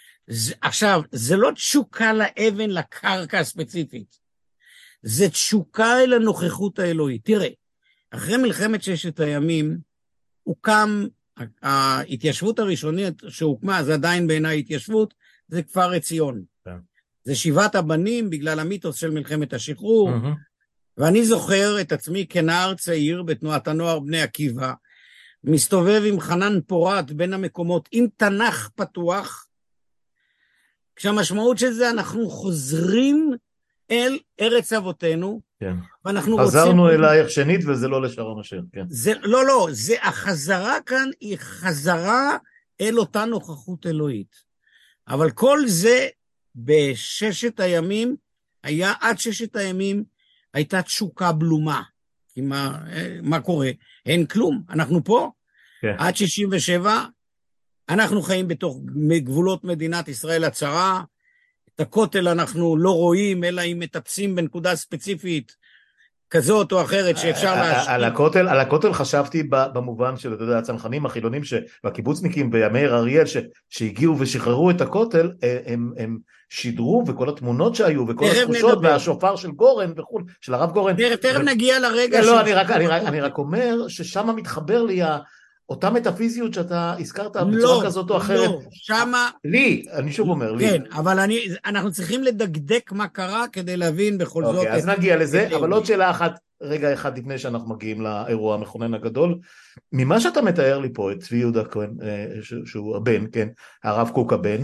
עכשיו, זה לא תשוקה לאבן, לקרקע הספציפית. זה תשוקה אל הנוכחות האלוהית. תראה, אחרי מלחמת ששת הימים, הוקם, ההתיישבות הראשונית שהוקמה, זה עדיין בעיניי התיישבות, זה כפר עציון. זה שבעת הבנים בגלל המיתוס של מלחמת השחרור, ואני זוכר את עצמי כנער צעיר בתנועת הנוער בני עקיבא, מסתובב עם חנן פורת בין המקומות, עם תנ"ך פתוח, כשהמשמעות של זה אנחנו חוזרים אל ארץ אבותינו, כן. ואנחנו חזרנו רוצים... אלייך שנית וזה לא לשרון אשר, כן. לא, זה החזרה כאן היא חזרה אל אותה נוכחות אלוהית. אבל כל זה בששת הימים, עד ששת הימים הייתה תשוקה בלומה. כי מה קורה? אין כלום, אנחנו פה. כן. עד 67, אנחנו חיים בתוך גבולות מדינת ישראל הצרה, את הכותל אנחנו לא רואים, אלא אם מטפסים בנקודה ספציפית, כזאת או אחרת שאפשר להשאיר. על הכותל חשבתי במובן של, אתה יודע, הצנחנים החילונים והקיבוצניקים בימי אריאל שהגיעו ושחררו את הכותל, הם שידרו, וכל התמונות שהיו, וכל התחושות, והשופר של גורן וכו', של הרב גורן. תכף נגיע לרגע. לא, אני רק אומר ששם מתחבר לי אותה מטאפיזיות שאתה הזכרת בצורה כזאת או אחרת. לא, שמה... לי, אני שוב אומר, לי. כן, אבל אנחנו צריכים לדקדק מה קרה כדי להבין בכל זאת... אוקיי, אז נגיע לזה, אבל עוד שאלה אחת, רגע אחד לפני שאנחנו מגיעים לאירוע המכונן הגדול, ממה שאתה מתאר לי פה, את צבי יהודה כהן, שהוא הבן, כן, הרב קוק הבן,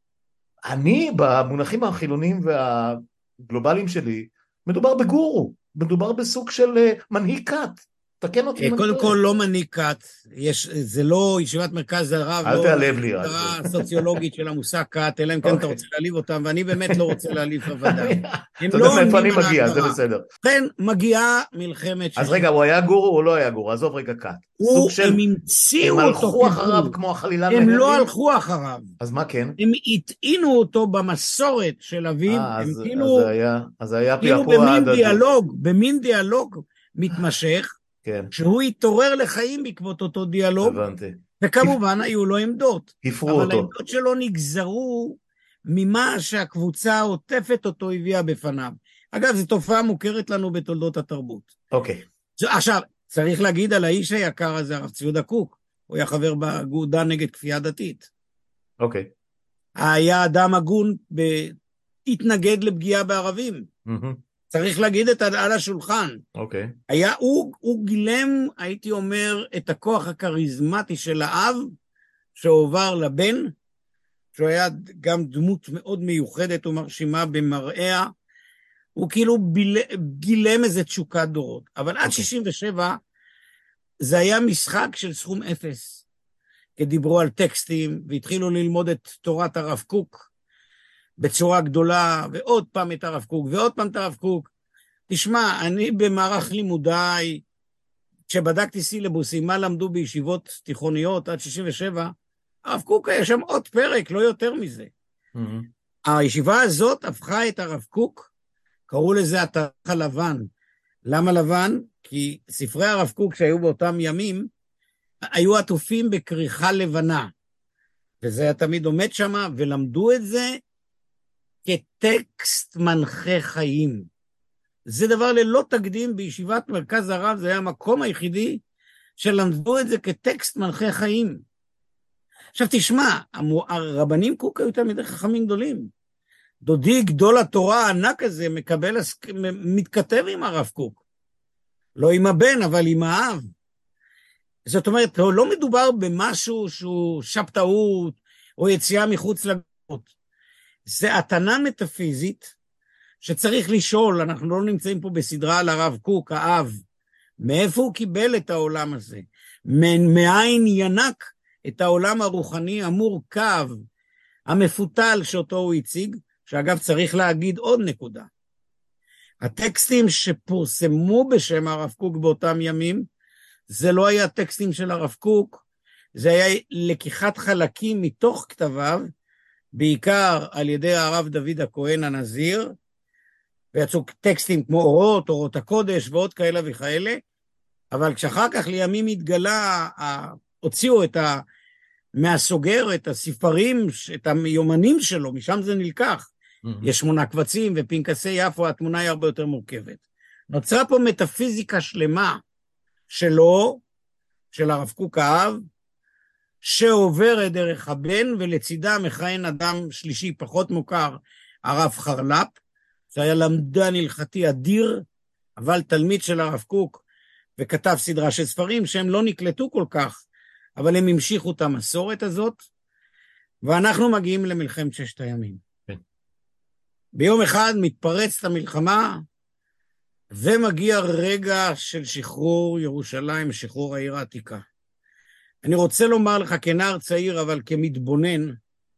אני במונחים החילוניים והגלובליים שלי, מדובר בגורו, מדובר בסוג של מנהיג כת. תקן אותי. קודם כל לא מנהיג כת, זה לא ישיבת מרכז הרב, אל תעלב לי. הגדרה סוציולוגית של המושג כת, אלא אם כן אתה רוצה להעליב אותם, ואני באמת לא רוצה להעליב בוודאי. אתה יודע מאיפה אני מגיע, זה בסדר. כן, מגיעה מלחמת... אז רגע, הוא היה גורו או לא היה גורו? עזוב רגע כת. הם המציאו אותו. הם הלכו אחריו כמו החלילה. הם לא הלכו אחריו. אז מה כן? הם הטעינו אותו במסורת של אביו. אז זה היה פיאפוע הדדי. במין דיאלוג מתמשך, כן. שהוא התעורר לחיים בעקבות אותו דיאלוג, הבנתי. וכמובן היו לו עמדות. הפרו אבל אותו. העמדות שלו נגזרו ממה שהקבוצה העוטפת אותו הביאה בפניו. אגב, זו תופעה מוכרת לנו בתולדות התרבות. אוקיי. עכשיו, צריך להגיד על האיש היקר הזה, הרב צבי יהודה קוק, הוא היה חבר באגודה נגד כפייה דתית. אוקיי. היה אדם הגון התנגד לפגיעה בערבים. צריך להגיד את על השולחן. אוקיי. הוא גילם, הייתי אומר, את הכוח הכריזמטי של האב, שעובר לבן, שהוא היה גם דמות מאוד מיוחדת ומרשימה במראיה, הוא כאילו גילם איזה תשוקת דורות. אבל עד 67, זה היה משחק של סכום אפס, כי דיברו על טקסטים, והתחילו ללמוד את תורת הרב קוק, בצורה גדולה, ועוד פעם את הרב קוק, ועוד פעם את הרב קוק. תשמע, אני במערך לימודיי, כשבדקתי סילבוסים, מה למדו בישיבות תיכוניות עד 67, הרב קוק היה שם עוד פרק, לא יותר מזה. הישיבה הזאת הפכה את הרב קוק, קראו לזה התנ"ך הלבן. למה לבן? כי ספרי הרב קוק שהיו באותם ימים, היו עטופים בכריכה לבנה. וזה היה תמיד עומד שם, ולמדו את זה כטקסט מנחה חיים. זה דבר ללא תקדים בישיבת מרכז הרב, זה היה המקום היחידי שלמדו את זה כטקסט מנחה חיים. עכשיו תשמע, הרבנים קוק היו תלמידי חכמים גדולים. דודי גדול התורה הענק הזה מתכתב עם הרב קוק. לא עם הבן, אבל עם האב. זאת אומרת, לא מדובר במשהו שהוא שבתאות, או יציאה מחוץ לגבולות. זה התנה מטאפיזית, שצריך לשאול, אנחנו לא נמצאים פה בסדרה על הרב קוק, האב, מאיפה הוא קיבל את העולם הזה? מאין ינק את העולם הרוחני המורכב, המפותל שאותו הוא הציג, שאגב צריך להגיד עוד נקודה. הטקסטים שפורסמו בשם הרב קוק באותם ימים, זה לא היה טקסטים של הרב קוק, זה היה לקיחת חלקים מתוך כתביו, בעיקר על ידי הרב דוד הכהן הנזיר, ויצאו טקסטים כמו אורות, אורות הקודש ועוד כאלה וכאלה, אבל כשאחר כך לימים התגלה, הוציאו מהסוגר את הספרים, את היומנים שלו, משם זה נלקח. יש 8 קבצים ופנקסי יפו, התמונה היא הרבה יותר מורכבת. נוצרה פה מטאפיזיקה שלמה שלו, של הרב קוק האב, שעוברת דרך הבן, ולצידה מכהן אדם שלישי פחות מוכר, הרב חרל"פ, שהיה למדן הלכתי אדיר, אבל תלמיד של הרב קוק, וכתב סדרה של ספרים שהם לא נקלטו כל כך, אבל הם המשיכו את המסורת הזאת, ואנחנו מגיעים למלחמת 6 הימים. כן. ביום אחד מתפרצת המלחמה, ומגיע רגע של שחרור ירושלים, שחרור העיר העתיקה. אני רוצה לומר לך כנער צעיר, אבל כמתבונן,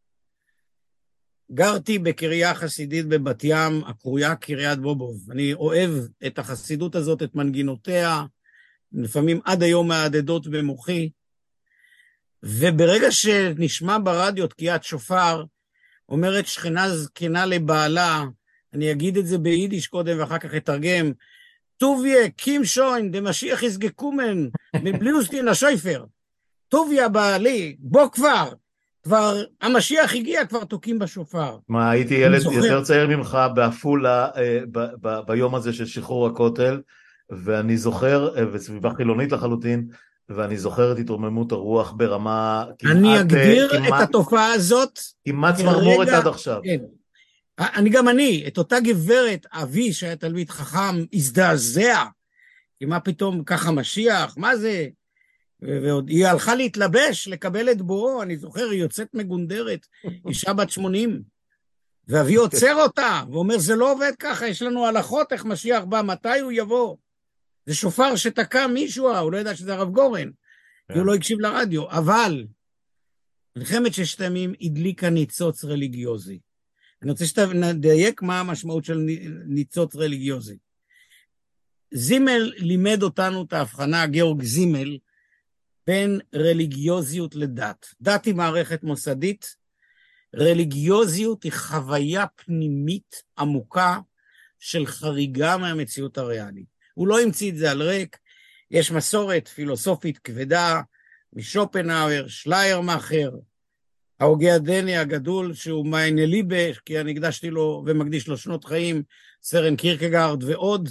גרתי בקריה חסידית בבת ים, הקרויה קריית בובוב. אני אוהב את החסידות הזאת, את מנגינותיה, לפעמים עד היום מהדהדות במוחי, וברגע שנשמע ברדיו תקיעת שופר, אומרת שכנה זקנה לבעלה, אני אגיד את זה ביידיש קודם ואחר כך אתרגם, טוביה, קים שוין, דמשיח יסגקומן, מבליוסטין השויפר. טוביה בעלי, בוא כבר המשיח הגיע, כבר תוקים בשופר. מה, הייתי ילד יותר צעיר ממך בעפולה, ביום הזה של שחרור הכותל, ואני זוכר, וסביבה חילונית לחלוטין, ואני זוכר את התרוממות הרוח ברמה כמעט... אני אגדיר את התופעה הזאת... כמעט צמרמורת עד עכשיו. כן. את אותה גברת, אבי שהיה תלמיד חכם, הזדעזע, כי מה פתאום ככה משיח, מה זה? ועוד היא הלכה להתלבש, לקבל את בואו, אני זוכר, היא יוצאת מגונדרת, אישה בת 80, ואבי עוצר אותה, ואומר, זה לא עובד ככה, יש לנו הלכות, איך משיח בא, מתי הוא יבוא? זה שופר שתקע מישהו, הוא לא ידע שזה הרב גורן, כי הוא לא הקשיב לרדיו, אבל מלחמת 6 הימים הדליקה ניצוץ רליגיוזי. אני רוצה שתדייק מה המשמעות של ניצוץ רליגיוזי. זימל לימד אותנו את ההבחנה, גאורג זימל, בין רליגיוזיות לדת. דת היא מערכת מוסדית, רליגיוזיות היא חוויה פנימית עמוקה של חריגה מהמציאות הריאלית. הוא לא המציא את זה על ריק, יש מסורת פילוסופית כבדה משופנהאואר, שליירמאכר, ההוגה הדני הגדול שהוא מיינליבה, כי אני הקדשתי לו ומקדיש לו שנות חיים, סרן קירקגארד ועוד,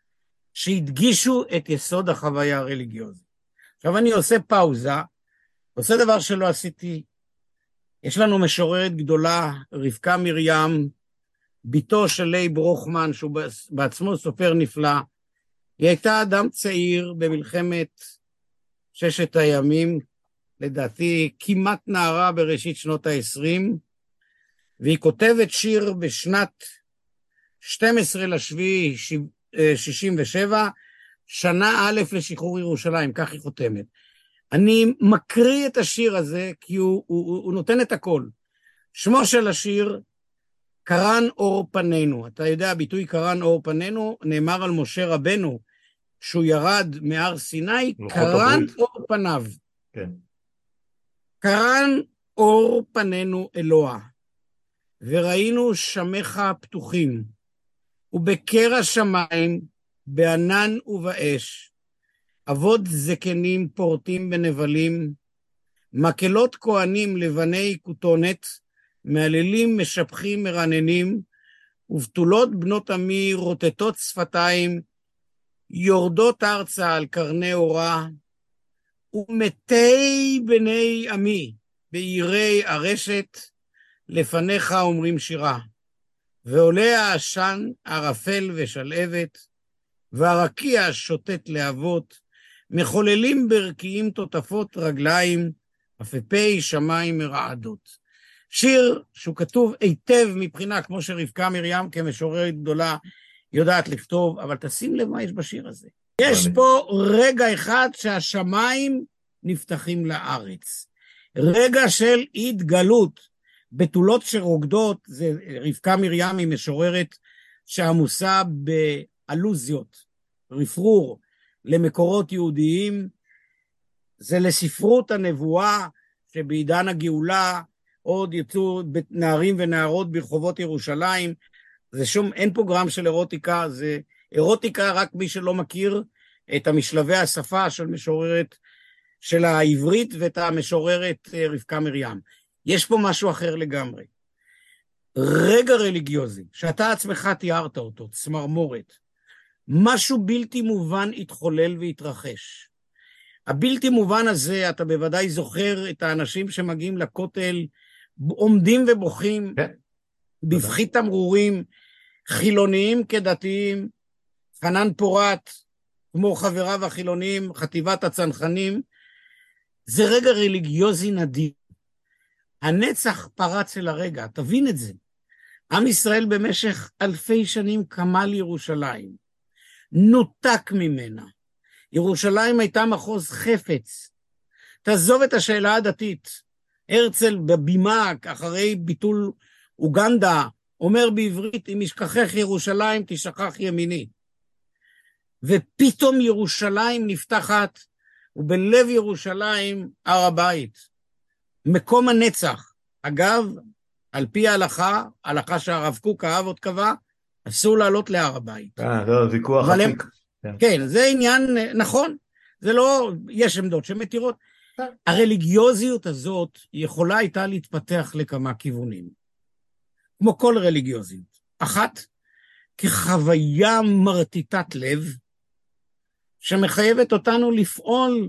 שהדגישו את יסוד החוויה הרליגיוזית. עכשיו אני עושה פאוזה, עושה דבר שלא עשיתי. יש לנו משוררת גדולה, רבקה מרים, ביתו של לי ברוכמן, שהוא בעצמו סופר נפלא. היא הייתה אדם צעיר במלחמת 6 הימים, לדעתי כמעט נערה בראשית שנות ה-20, והיא כותבת שיר בשנת 12/7/67, שנה א' לשחרור ירושלים, כך היא חותמת. אני מקריא את השיר הזה, כי הוא נותן את הכל. שמו של השיר, קרן אור פנינו. אתה יודע, הביטוי קרן אור פנינו נאמר על משה רבנו, שהוא ירד מהר סיני, קרן אור פניו. כן. קרן אור פנינו אלוה, וראינו שמך פתוחים, ובקר השמיים, בענן ובאש, אבות זקנים פורטים בנבלים, מקלות כהנים לבני כותונת, מעללים משפחים מרננים, ובתולות בנות עמי רוטטות שפתיים, יורדות ארצה על קרני אורה, ומתי בני עמי בעירי הרשת, לפניך אומרים שירה, ועולה העשן ערפל ושלהבת, והרקיע שוטט להבות, מחוללים ברכיים תותפות רגליים, אפפי שמיים מרעדות. שיר שהוא כתוב היטב מבחינה, כמו שרבקה מרים כמשוררת גדולה יודעת לכתוב, אבל תשים לב מה יש בשיר הזה. יש פה רגע אחד שהשמיים נפתחים לארץ. רגע של התגלות, בתולות שרוקדות, זה רבקה מרים היא משוררת שעמוסה באלוזיות, רפרור למקורות יהודיים, זה לספרות הנבואה שבעידן הגאולה עוד יצאו נערים ונערות ברחובות ירושלים, זה שום, אין פה גרם של אירוטיקה, זה אירוטיקה רק מי שלא מכיר את המשלבי השפה של משוררת של העברית ואת המשוררת רבקה מרים. יש פה משהו אחר לגמרי. רגע רליגיוזי, שאתה עצמך תיארת אותו, צמרמורת, משהו בלתי מובן התחולל והתרחש. הבלתי מובן הזה, אתה בוודאי זוכר את האנשים שמגיעים לכותל, עומדים ובוכים, בבכי תמרורים, חילוניים כדתיים, חנן פורת, כמו חבריו החילוניים, חטיבת הצנחנים, זה רגע רליגיוזי נדיר. הנצח פרץ אל הרגע, תבין את זה. עם ישראל במשך אלפי שנים קמה לירושלים, נותק ממנה. ירושלים הייתה מחוז חפץ. תעזוב את השאלה הדתית. הרצל בבימה, אחרי ביטול אוגנדה, אומר בעברית, אם ישכחך ירושלים, תשכח ימיני. ופתאום ירושלים נפתחת, ובלב ירושלים הר הבית. מקום הנצח. אגב, על פי ההלכה, ההלכה שהרב קוק אהב עוד קבע, אסור לעלות להר הבית. זה ויכוח עתיק. כן, זה עניין נכון. זה לא, יש עמדות שמתירות. הרליגיוזיות הזאת יכולה הייתה להתפתח לכמה כיוונים. כמו כל רליגיוזיות. אחת, כחוויה מרטיטת לב, שמחייבת אותנו לפעול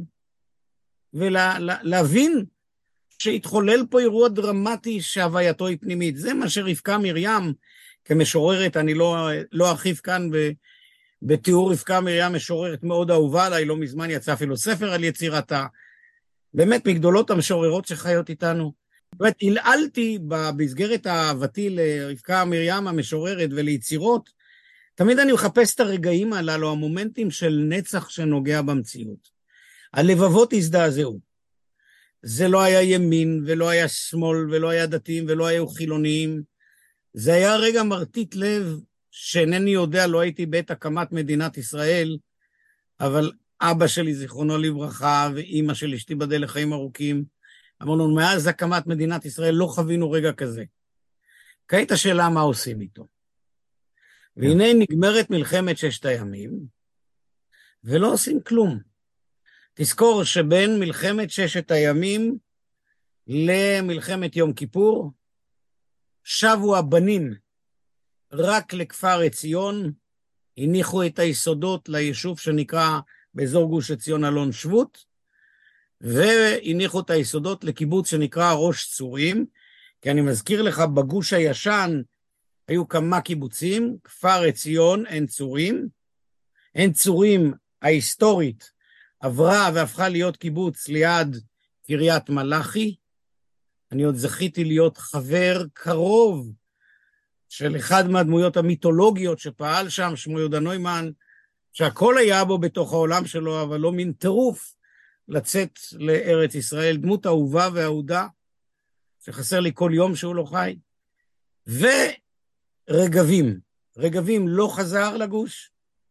ולהבין שהתחולל פה אירוע דרמטי שהווייתו היא פנימית. זה מה שרבקה מרים כמשוררת, אני לא ארחיב כאן בתיאור רבקה מרים, משוררת מאוד אהובה עליי, לא מזמן יצא אפילו ספר על יצירתה, באמת מגדולות המשוררות שחיות איתנו. זאת אומרת, הלעלתי במסגרת אהבתי לרבקה מרים המשוררת וליצירות, תמיד אני מחפש את הרגעים הללו, המומנטים של נצח שנוגע במציאות. הלבבות הזדעזעו. זה לא היה ימין ולא היה שמאל ולא היה דתיים ולא היו חילוניים. זה היה רגע מרטיט לב שאינני יודע, לא הייתי בעת הקמת מדינת ישראל, אבל אבא שלי זיכרונו לברכה ואימא שלי שתיבדל לחיים ארוכים, אמרנו, מאז הקמת מדינת ישראל לא חווינו רגע כזה. כעת השאלה מה עושים איתו. והנה נגמרת מלחמת ששת הימים, ולא עושים כלום. תזכור שבין מלחמת ששת הימים למלחמת יום כיפור, שבו הבנים רק לכפר עציון, הניחו את היסודות ליישוב שנקרא באזור גוש עציון אלון שבות, והניחו את היסודות לקיבוץ שנקרא ראש צורים, כי אני מזכיר לך, בגוש הישן היו כמה קיבוצים, כפר עציון, עין צורים, עין צורים ההיסטורית עברה והפכה להיות קיבוץ ליד קריית מלאכי, אני עוד זכיתי להיות חבר קרוב של אחד מהדמויות המיתולוגיות שפעל שם, שמו יהודה נוימן, שהכל היה בו בתוך העולם שלו, אבל לא מין טירוף לצאת לארץ ישראל, דמות אהובה ואהודה, שחסר לי כל יום שהוא לא חי. רגבים. רגבים לא חזר לגוש,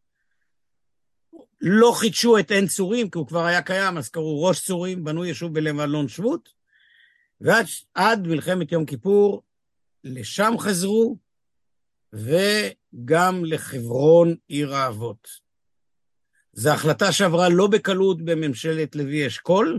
לא חידשו את עין צורים, כי הוא כבר היה קיים, אז קראו ראש צורים, בנו יישוב בלבנון שבות, ועד מלחמת יום כיפור, לשם חזרו, וגם לחברון עיר האבות. זו החלטה שעברה לא בקלות בממשלת לוי אשכול,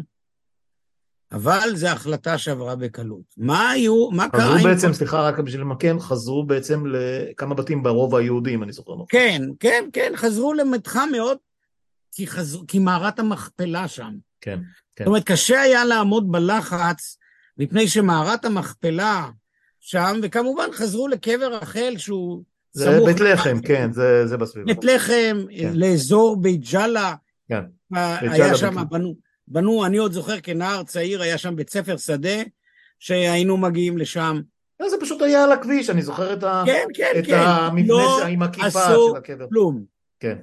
אבל זו החלטה שעברה בקלות. מה קרה? חזרו בעצם, סליחה רק בשביל למקם, חזרו בעצם לכמה בתים ברובע היהודים, אני זוכר. כן, כן, כן, חזרו למתחם מאוד, כי מערת המכפלה שם. כן, כן. זאת אומרת, קשה היה לעמוד בלחץ, מפני שמערת המכפלה שם, וכמובן חזרו לקבר רחל שהוא זה בית לחם, כן, זה בסביבה. בית לחם, לאזור בית ג'אלה, היה שם, בנו, אני עוד זוכר כנער צעיר, היה שם בית ספר שדה, שהיינו מגיעים לשם. זה פשוט היה על הכביש, אני זוכר את המבנה עם הכיפה של הקבר. כלום. כן.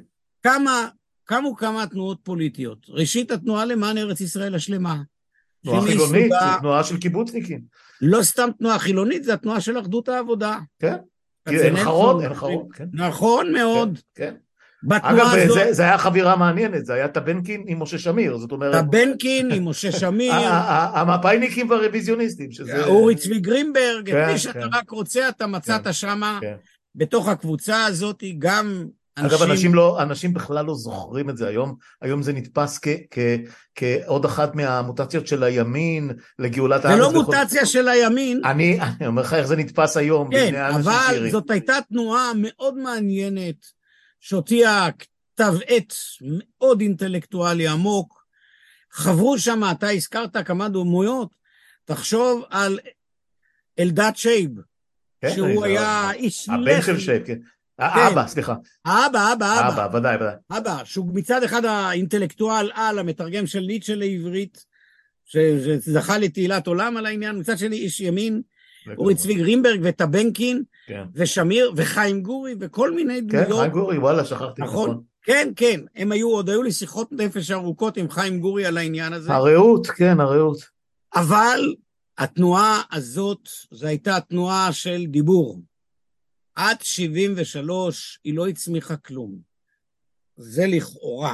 קמו כמה תנועות פוליטיות. ראשית, התנועה למען ארץ ישראל השלמה. תנועה חילונית, זו תנועה של קיבוצניקים. לא סתם תנועה חילונית, זו התנועה של אחדות העבודה. כן. אין חרון, כן. נכון מאוד. כן. אגב, זה היה חבירה מעניינת, זה היה טבנקין עם משה שמיר, זאת אומרת... טבנקין עם משה שמיר. המפאיניקים והרוויזיוניסטים. אורי צבי גרינברג, את מי שאתה רק רוצה, אתה מצאת שמה, בתוך הקבוצה הזאת, גם אגב, אנשים בכלל לא זוכרים את זה היום, היום זה נתפס כעוד אחת מהמוטציות של הימין לגאולת הארץ. זה לא מוטציה של הימין. אני אומר לך איך זה נתפס היום. כן, אבל זאת הייתה תנועה מאוד מעניינת, שהוציאה כתב עת מאוד אינטלקטואלי עמוק, חברו שם, אתה הזכרת כמה דמויות, תחשוב על אלדד שייב, שהוא היה איש הבן של שייב, כן. האבא, סליחה. האבא, ודאי. האבא, שהוא מצד אחד האינטלקטואל על המתרגם של ניטשה לעברית, שזכה לתהילת עולם על העניין, מצד שני איש ימין, אורי צבי גרינברג וטבנקין, ושמיר וחיים גורי וכל מיני דמויות. כן, חיים גורי, וואלה, שכחתי. נכון, כן, עוד היו לי שיחות נפש ארוכות עם חיים גורי על העניין הזה. הרעות, כן, הרעות. אבל התנועה הזאת, זו הייתה תנועה של דיבור. עד 73 היא לא הצמיחה כלום. זה לכאורה.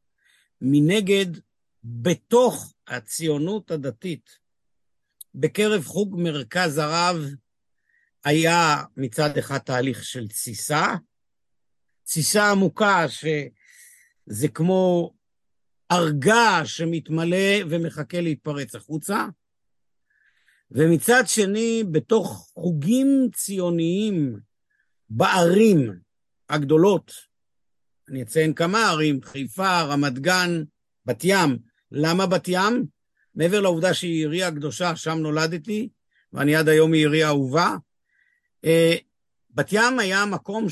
מנגד, בתוך הציונות הדתית, בקרב חוג מרכז הרב, היה מצד אחד תהליך של תסיסה עמוקה, שזה כמו ארגע שמתמלא ומחכה להתפרץ החוצה, ומצד שני, בתוך חוגים ציוניים, בערים הגדולות, אני אציין כמה ערים, חיפה, רמת גן, בת ים. למה בת ים? מעבר לעובדה שהיא עירייה קדושה, שם נולדתי, ואני עד היום היא עירייה אהובה. בת ים היה מקום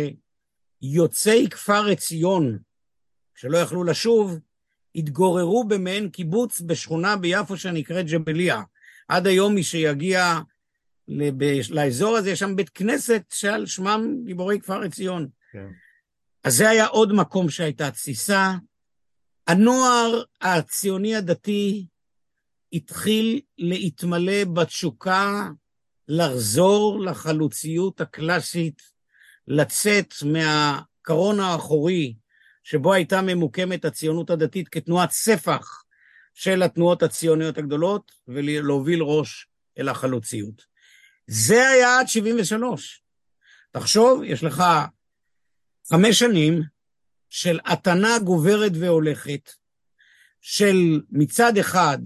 שיוצאי כפר עציון, שלא יכלו לשוב, התגוררו במעין קיבוץ בשכונה ביפו שנקראת ג'בליה. עד היום מי שיגיע לאזור הזה, יש שם בית כנסת שעל שמם גיבורי כפר עציון. כן. אז זה היה עוד מקום שהייתה תסיסה. הנוער הציוני הדתי התחיל להתמלא בתשוקה לחזור לחלוציות הקלאסית, לצאת מהקרון האחורי שבו הייתה ממוקמת הציונות הדתית כתנועת ספח של התנועות הציוניות הגדולות, ולהוביל ראש אל החלוציות. זה היה עד 73. תחשוב, יש לך 5 שנים של עתנה גוברת והולכת, של מצד אחד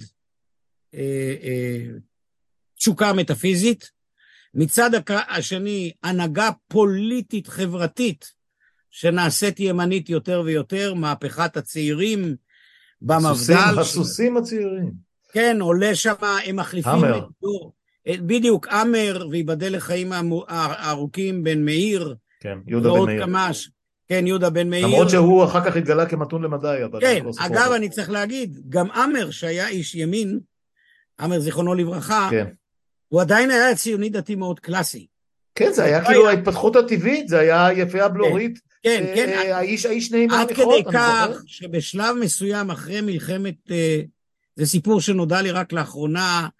תשוקה מטאפיזית, מצד השני הנהגה פוליטית חברתית, שנעשית ימנית יותר ויותר, מהפכת הצעירים במפד"ל. הסוסים הצעירים. כן, עולה שם, הם מחליפים את דור. בדיוק, אמר, ויבדל לחיים הארוכים בן מאיר. כן, יהודה בן מאיר. קמש, כן, יהודה בן מאיר. למרות שהוא אחר כך התגלה כמתון למדי. כן, אגב, אני צריך להגיד, גם אמר שהיה איש ימין, אמר זיכרונו לברכה, כן. הוא עדיין היה ציוני דתי מאוד קלאסי. כן, זה היה כאילו ההתפתחות הטבעית, זה היה יפה הבלורית. כן, כן. האיש נעים עד כדי כך שבשלב מסוים אחרי מלחמת, זה סיפור שנודע לי רק לאחרונה,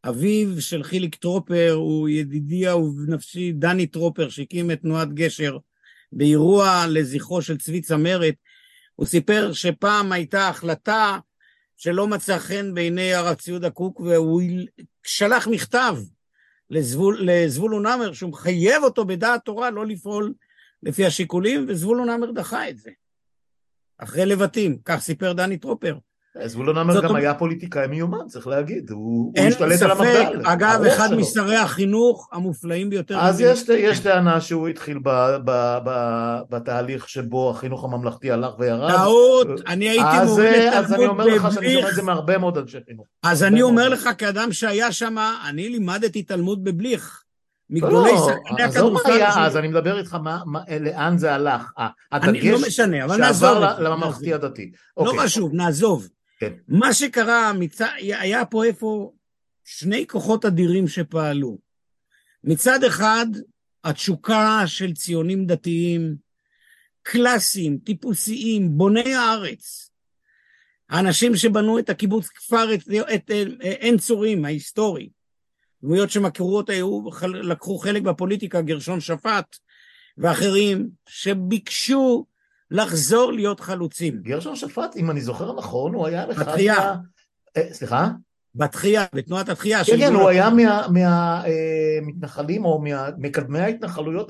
אביו של חיליק טרופר הוא ידידי אהוב נפשי, דני טרופר, שהקים את תנועת גשר, באירוע לזכרו של צבי צמרת. הוא סיפר שפעם הייתה החלטה שלא מצא חן בעיני הרב ציודה קוק, והוא שלח מכתב לזבולון המר, שהוא מחייב אותו בדעת תורה לא לפעול לפי השיקולים, וזבולון המר דחה את זה. אחרי לבטים, כך סיפר דני טרופר. זבולון המר גם היה פוליטיקאי מיומן, צריך להגיד, הוא השתלט על המפד"ל. אין ספק, אגב, אחד משרי החינוך המופלאים ביותר. אז יש טענה שהוא התחיל בתהליך שבו החינוך הממלכתי הלך וירד. טעות, אני הייתי מוריד את אז אני אומר לך שאני שומע את זה מהרבה מאוד אנשי חינוך. אז אני אומר לך, כאדם שהיה שם, אני לימדתי תלמוד בבליך, מגדולי שחקני הכדורסל. אז אני מדבר איתך לאן זה הלך, הדגש לא משנה, אבל נעזוב. שעבר לממלכתי הדתי. לא חשוב, נעזוב. כן. מה שקרה, היה פה שני כוחות אדירים שפעלו. מצד אחד, התשוקה של ציונים דתיים, קלאסיים, טיפוסיים, בוני הארץ. האנשים שבנו את הקיבוץ כפר, את עין צורים ההיסטורי. דמויות שמכירות לקחו חלק בפוליטיקה, גרשון שפט ואחרים, שביקשו לחזור להיות חלוצים. גרשון שפט, אם אני זוכר נכון, הוא היה בתחייה. סליחה? בתחייה, בתנועת התחייה. כן, הוא היה מהמתנחלים, או מקדמי ההתנחלויות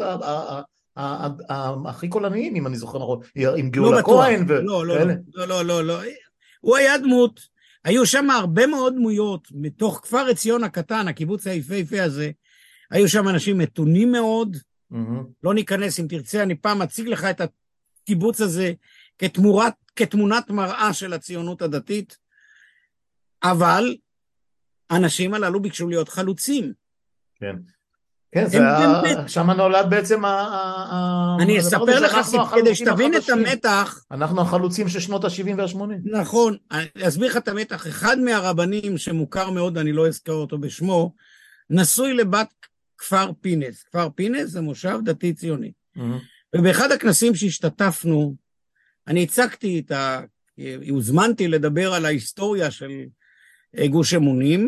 הכי קולניים, אם אני זוכר נכון, עם גאולה כהן. לא. הוא היה דמות, היו שם הרבה מאוד דמויות, מתוך כפר עציון הקטן, הקיבוץ היפהפה הזה, היו שם אנשים מתונים מאוד, לא ניכנס, אם תרצה, אני פעם אציג לך את הקיבוץ הזה, כתמונת מראה של הציונות הדתית, אבל האנשים הללו ביקשו להיות חלוצים. כן. כן, שם נולד בעצם אני אספר לך כדי שתבין את המתח. אנחנו החלוצים של שנות ה-70 וה-80. נכון, אני אסביר לך את המתח. אחד מהרבנים שמוכר מאוד, אני לא אזכר אותו בשמו, נשוי לבת כפר פינס. כפר פינס זה מושב דתי ציוני. ובאחד הכנסים שהשתתפנו, אני הצגתי הוזמנתי לדבר על ההיסטוריה של גוש אמונים,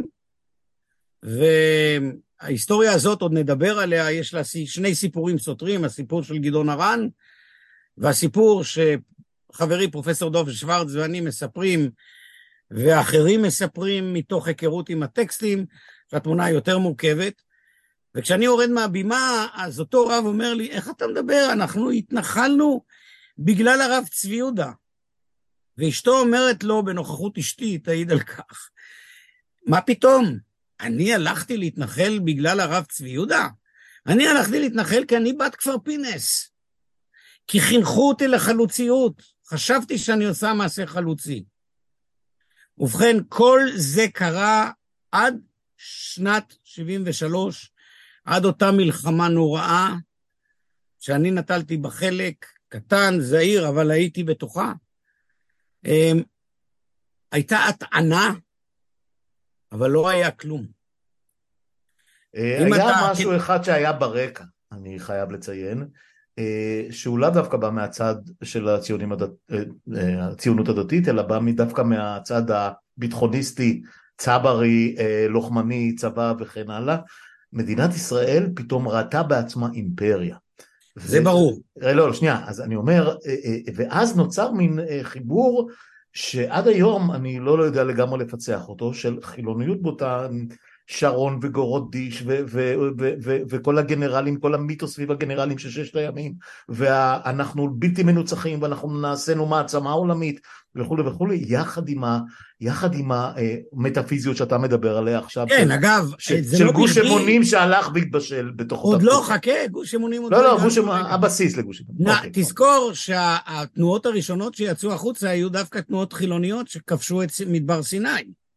ההיסטוריה הזאת עוד נדבר עליה, יש לה שני סיפורים סותרים, הסיפור של גדעון הרן, והסיפור שחברי פרופסור דוב שוורץ ואני מספרים, ואחרים מספרים מתוך היכרות עם הטקסטים, שהתמונה יותר מורכבת, וכשאני יורד מהבימה, אז אותו רב אומר לי, איך אתה מדבר? אנחנו התנחלנו בגלל הרב צבי יהודה. ואשתו אומרת לו, בנוכחות אשתי, תעיד על כך, מה פתאום? אני הלכתי להתנחל בגלל הרב צבי יהודה? אני הלכתי להתנחל כי אני בת כפר פינס. כי חינכו אותי לחלוציות. חשבתי שאני עושה מעשה חלוצי. ובכן, כל זה קרה עד שנת 73, עד אותה מלחמה נוראה, שאני נטלתי בחלק, קטן, זהיר, אבל הייתי בתוכה. הייתה הטענה, אבל לא היה כלום. היה משהו אחד שהיה ברקע, אני חייב לציין, שהוא לא דווקא בא מהצד של הציונות הדתית, אלא בא דווקא מהצד הביטחוניסטי, צברי, לוחמני, צבא וכן הלאה. מדינת ישראל פתאום ראתה בעצמה אימפריה. זה ברור. לא, שנייה, אז אני אומר, ואז נוצר מין חיבור, שעד היום אני לא יודע לגמרי לפצח אותו, של חילוניות בוטה, שרון וגורודיש וכל הגנרלים, כל המיתוס סביב הגנרלים של ששת הימים, ואנחנו בלתי מנוצחים, ואנחנו נעשינו מעצמה עולמית, וכו' וכו', יחד עם המטאפיזיות שאתה מדבר עליה עכשיו. כן, אגב, של גוש אמונים שהלך והתבשל בתוך... עוד לא, חכה, גוש אמונים... לא, הבסיס לגוש אמונים. תזכור שהתנועות הראשונות שיצאו החוצה היו דווקא תנועות חילוניות שכבשו את מדבר סיני.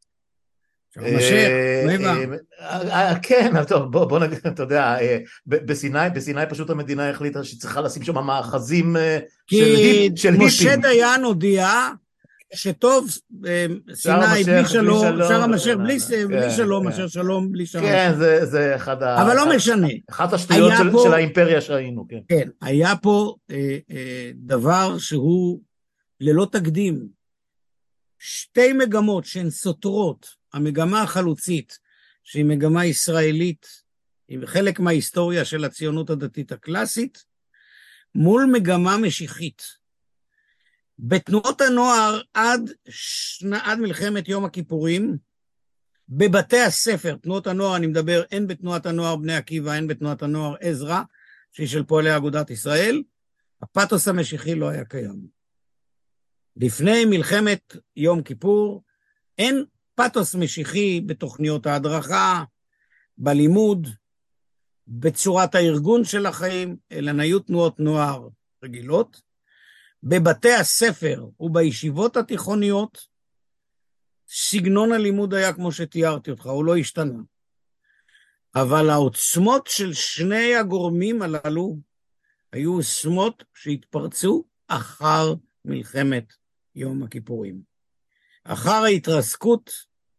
כן, טוב, בוא נגיד, אתה יודע, בסיני פשוט המדינה החליטה שצריכה לשים שם מאחזים של היפים. כי משה דיין הודיע שטוב סיני בלי שלום, שארם א-שייח בלי שלום, מאשר שלום בלי שלום. כן, זה אחד אבל לא משנה. אחת השטויות של האימפריה שהיינו, כן. כן, היה פה דבר שהוא ללא תקדים, שתי מגמות שהן סותרות, המגמה החלוצית שהיא מגמה ישראלית, היא חלק מההיסטוריה של הציונות הדתית הקלאסית, מול מגמה משיחית. בתנועות הנוער עד מלחמת יום הכיפורים, בבתי הספר, תנועות הנוער, אני מדבר, אין בתנועת הנוער בני עקיבא, אין בתנועת הנוער עזרא, שהיא של פועלי אגודת ישראל, הפתוס המשיחי לא היה קיים. לפני מלחמת יום כיפור, אין פתוס משיחי בתוכניות ההדרכה, בלימוד, בצורת הארגון של החיים, אלא היו תנועות נוער רגילות. בבתי הספר ובישיבות התיכוניות, סגנון הלימוד היה כמו שתיארתי אותך, הוא לא השתנה. אבל העוצמות של שני הגורמים הללו, היו עוצמות שהתפרצו אחר מלחמת יום הכיפורים. אחר ההתרסקות,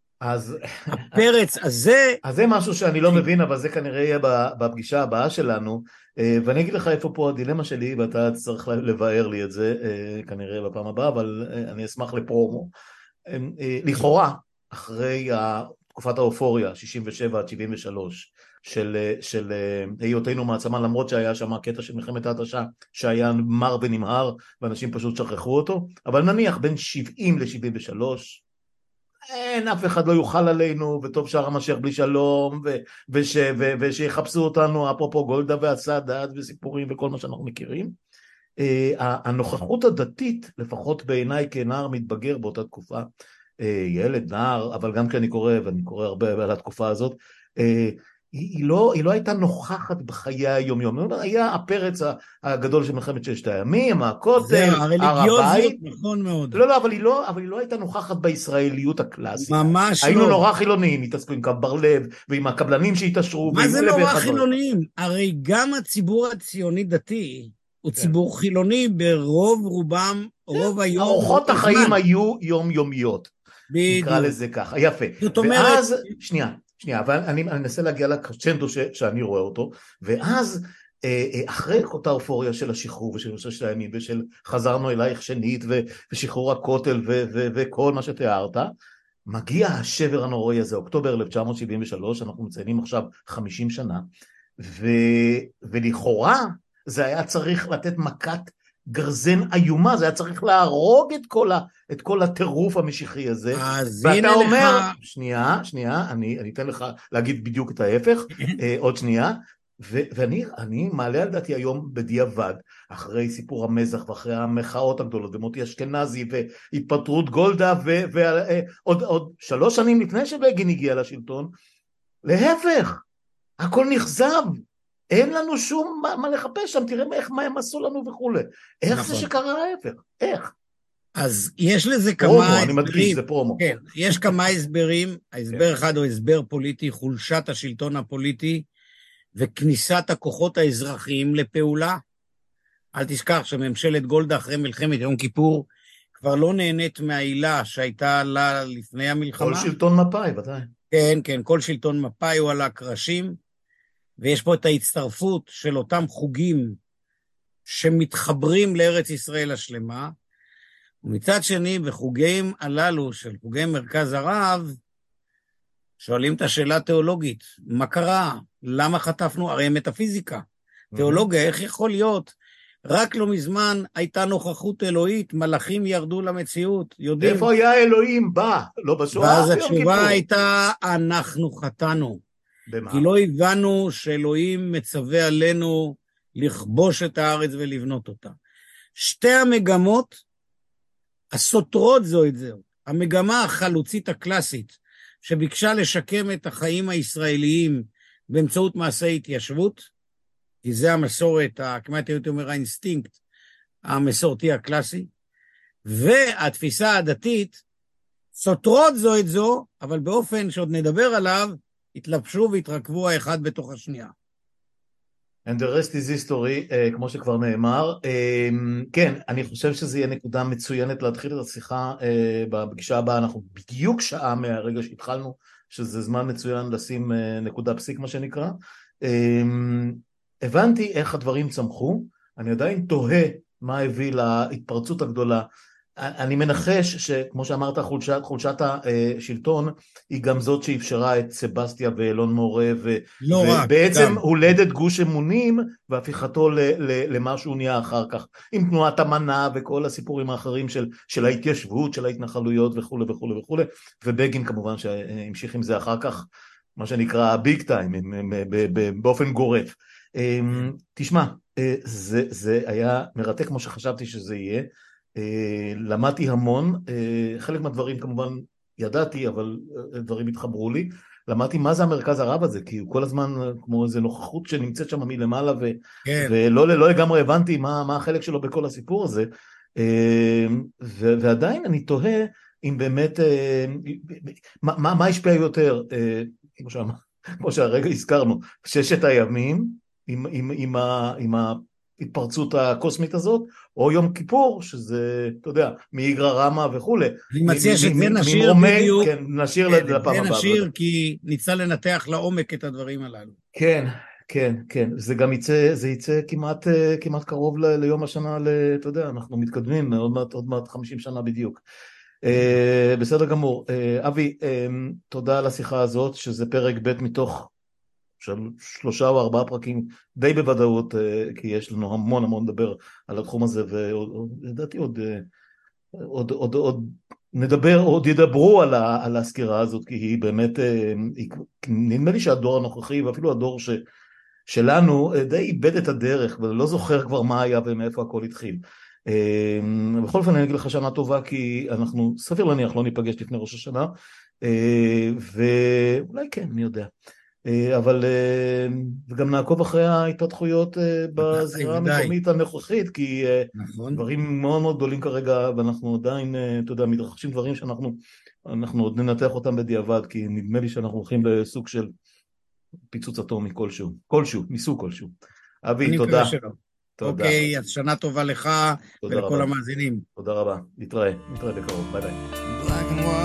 הפרץ הזה... אז זה משהו שאני לא מבין, אבל זה כנראה יהיה בפגישה הבאה שלנו, ואני אגיד לך איפה פה הדילמה שלי, ואתה צריך לבאר לי את זה כנראה בפעם הבאה, אבל אני אשמח לפרומו. לכאורה, אחרי תקופת האופוריה, 67 עד 73, של היותנו מעצמה, למרות שהיה שם קטע של מלחמת ההתשה, שהיה מר ונמהר, ואנשים פשוט שכחו אותו, אבל נניח בין 70 ל-73, אין, אף אחד לא יוכל עלינו, וטוב שער המשיח בלי שלום, ושיחפשו אותנו, אפרופו גולדה והסאדאת, וסיפורים וכל מה שאנחנו מכירים. הנוכחות הדתית, לפחות בעיניי כנער מתבגר באותה תקופה, ילד, נער, אבל גם כשאני קורא, ואני קורא הרבה על התקופה הזאת, היא לא הייתה נוכחת בחיי היום-יום, היה הפרץ הגדול של מלחמת ששת הימים, הכותל, הר הבית, נכון מאוד. לא, אבל היא לא הייתה נוכחת בישראליות הקלאסית. ממש לא. היינו נורא חילוניים, התעסקו עם קו בר לב, ועם הקבלנים שהתעשרו. מה זה נורא חילוניים? הרי גם הציבור הציוני דתי, הוא ציבור חילוני ברוב רובם, רוב היום. אורחות החיים היו יומיומיות. נקרא לזה ככה, יפה. ואז, שנייה, אבל אני אנסה להגיע לקרצ'נדו שאני רואה אותו, ואז אחרי אותה אופוריה של השחרור ושל ששת הימים ושל חזרנו אלייך שנית ושחרור הכותל וכל מה שתיארת, מגיע השבר הנוראי הזה, אוקטובר 1973, אנחנו מציינים עכשיו 50 שנה, ולכאורה זה היה צריך לתת מכת גרזן איומה, זה היה צריך להרוג את כל הטירוף המשיחי הזה, ואתה אומר, שנייה, אני אתן לך להגיד בדיוק את ההפך, עוד שנייה, ואני מעלה על דעתי היום בדיעבד, אחרי סיפור המזח ואחרי המחאות הגדולות, ומוטי אשכנזי והתפטרות גולדה, ועוד 3 שנים לפני שבגין הגיע לשלטון, להפך, הכל נחזב, אין לנו שום מה לחפש שם, תראה מה הם עשו לנו וכו'. איך זה שקרה ההפך? איך? אז יש לזה פרומו, כמה אני מדגיש, זה פרומו. כן, יש כמה הסברים, ההסבר אחד הוא הסבר פוליטי, חולשת השלטון הפוליטי, וכניסת הכוחות האזרחיים לפעולה. אל תשכח שממשלת גולדה אחרי מלחמת יום כיפור, כבר לא נהנית מהעילה שהייתה לה לפני המלחמה. כל שלטון מפא"י, ודאי. כן, כל שלטון מפא"י הוא על הקרשים, ויש פה את ההצטרפות של אותם חוגים שמתחברים לארץ ישראל השלמה, ומצד שני, בחוגים הללו של חוגי מרכז הרב, שואלים את השאלה התיאולוגית, מה קרה? למה חטפנו? הרי מטאפיזיקה. תיאולוגיה, איך יכול להיות? רק לא מזמן הייתה נוכחות אלוהית, מלאכים ירדו למציאות, יודעים. איפה היה אלוהים? בא, לא בשואה. ואז התשובה הייתה, אנחנו חטאנו. במה? כי לא הבנו שאלוהים מצווה עלינו לכבוש את הארץ ולבנות אותה. שתי המגמות הסותרות זו את זו. המגמה החלוצית הקלאסית, שביקשה לשקם את החיים הישראליים באמצעות מעשי התיישבות, כי זה המסורת, כמעט הייתי אומר האינסטינקט המסורתי הקלאסי, והתפיסה הדתית סותרות זו את זו, אבל באופן שעוד נדבר עליו, התלבשו והתרכבו האחד בתוך השנייה. And the rest is history, כמו שכבר נאמר. כן, אני חושב שזה יהיה נקודה מצוינת להתחיל את השיחה בפגישה הבאה, אנחנו בדיוק שעה מהרגע שהתחלנו, שזה זמן מצוין לשים נקודה פסיק, מה שנקרא. הבנתי איך הדברים צמחו, אני עדיין תוהה מה הביא להתפרצות הגדולה. אני מנחש שכמו שאמרת, חולשת השלטון היא גם זאת שאפשרה את סבסטיה ואלון מורה, לא רק, ובעצם גם. הולדת גוש אמונים והפיכתו למה שהוא נהיה אחר כך, עם תנועת המנה וכל הסיפורים האחרים של ההתיישבות, של ההתנחלויות וכו' וכו' וכו', ובגין כמובן שהמשיך עם זה אחר כך, מה שנקרא ביג טיים, באופן גורף. תשמע, זה היה מרתק כמו שחשבתי שזה יהיה, למדתי המון, חלק מהדברים כמובן ידעתי, אבל דברים התחברו לי, למדתי מה זה המרכז הרב הזה, כי הוא כל הזמן כמו איזו נוכחות שנמצאת שם מלמעלה, כן. ולא לגמרי הבנתי מה החלק שלו בכל הסיפור הזה, ועדיין אני תוהה אם באמת, מה השפיע יותר, כמו שהרגע הזכרנו, ששת הימים, עם ההתפרצות הקוסמית הזאת, או יום כיפור, שזה, אתה יודע, מאיגרא רמא וכו'. אני מציע שאת זה נשאיר ממרומי, בדיוק. כן, נשאיר כן, את לפעם זה הבאה. נשאיר כי נצטרך לנתח לעומק את הדברים הללו. כן, כן, כן. זה גם יצא כמעט קרוב ליום השנה, אתה יודע, אנחנו מתקדמים, עוד מעט 50 שנה בדיוק. בסדר גמור. אבי, תודה על השיחה הזאת, שזה פרק ב' מתוך 3 או 4 פרקים, די בוודאות, כי יש לנו המון לדבר על התחום הזה, ולדעתי עוד נדבר, עוד ידברו על הסקירה הזאת, כי היא באמת, נדמה לי שהדור הנוכחי, ואפילו הדור שלנו, די איבד את הדרך, ולא זוכר כבר מה היה ומאיפה הכל התחיל. בכל אופן אני אגיד לך שנה טובה, כי אנחנו סביר להניח לא ניפגש לפני ראש השנה, ואולי כן, מי יודע. אבל וגם נעקוב אחרי ההתפתחויות בזירה המקומית הנוכחית, כי דברים מאוד גדולים כרגע, ואנחנו עדיין, אתה יודע, מתרחשים דברים שאנחנו עוד ננתח אותם בדיעבד, כי נדמה לי שאנחנו הולכים לסוג של פיצוץ אטומי מסוג כלשהו. אבי, תודה. תודה. אוקיי, אז שנה טובה לך ולכל המאזינים. תודה רבה. נתראה בקרוב. ביי ביי.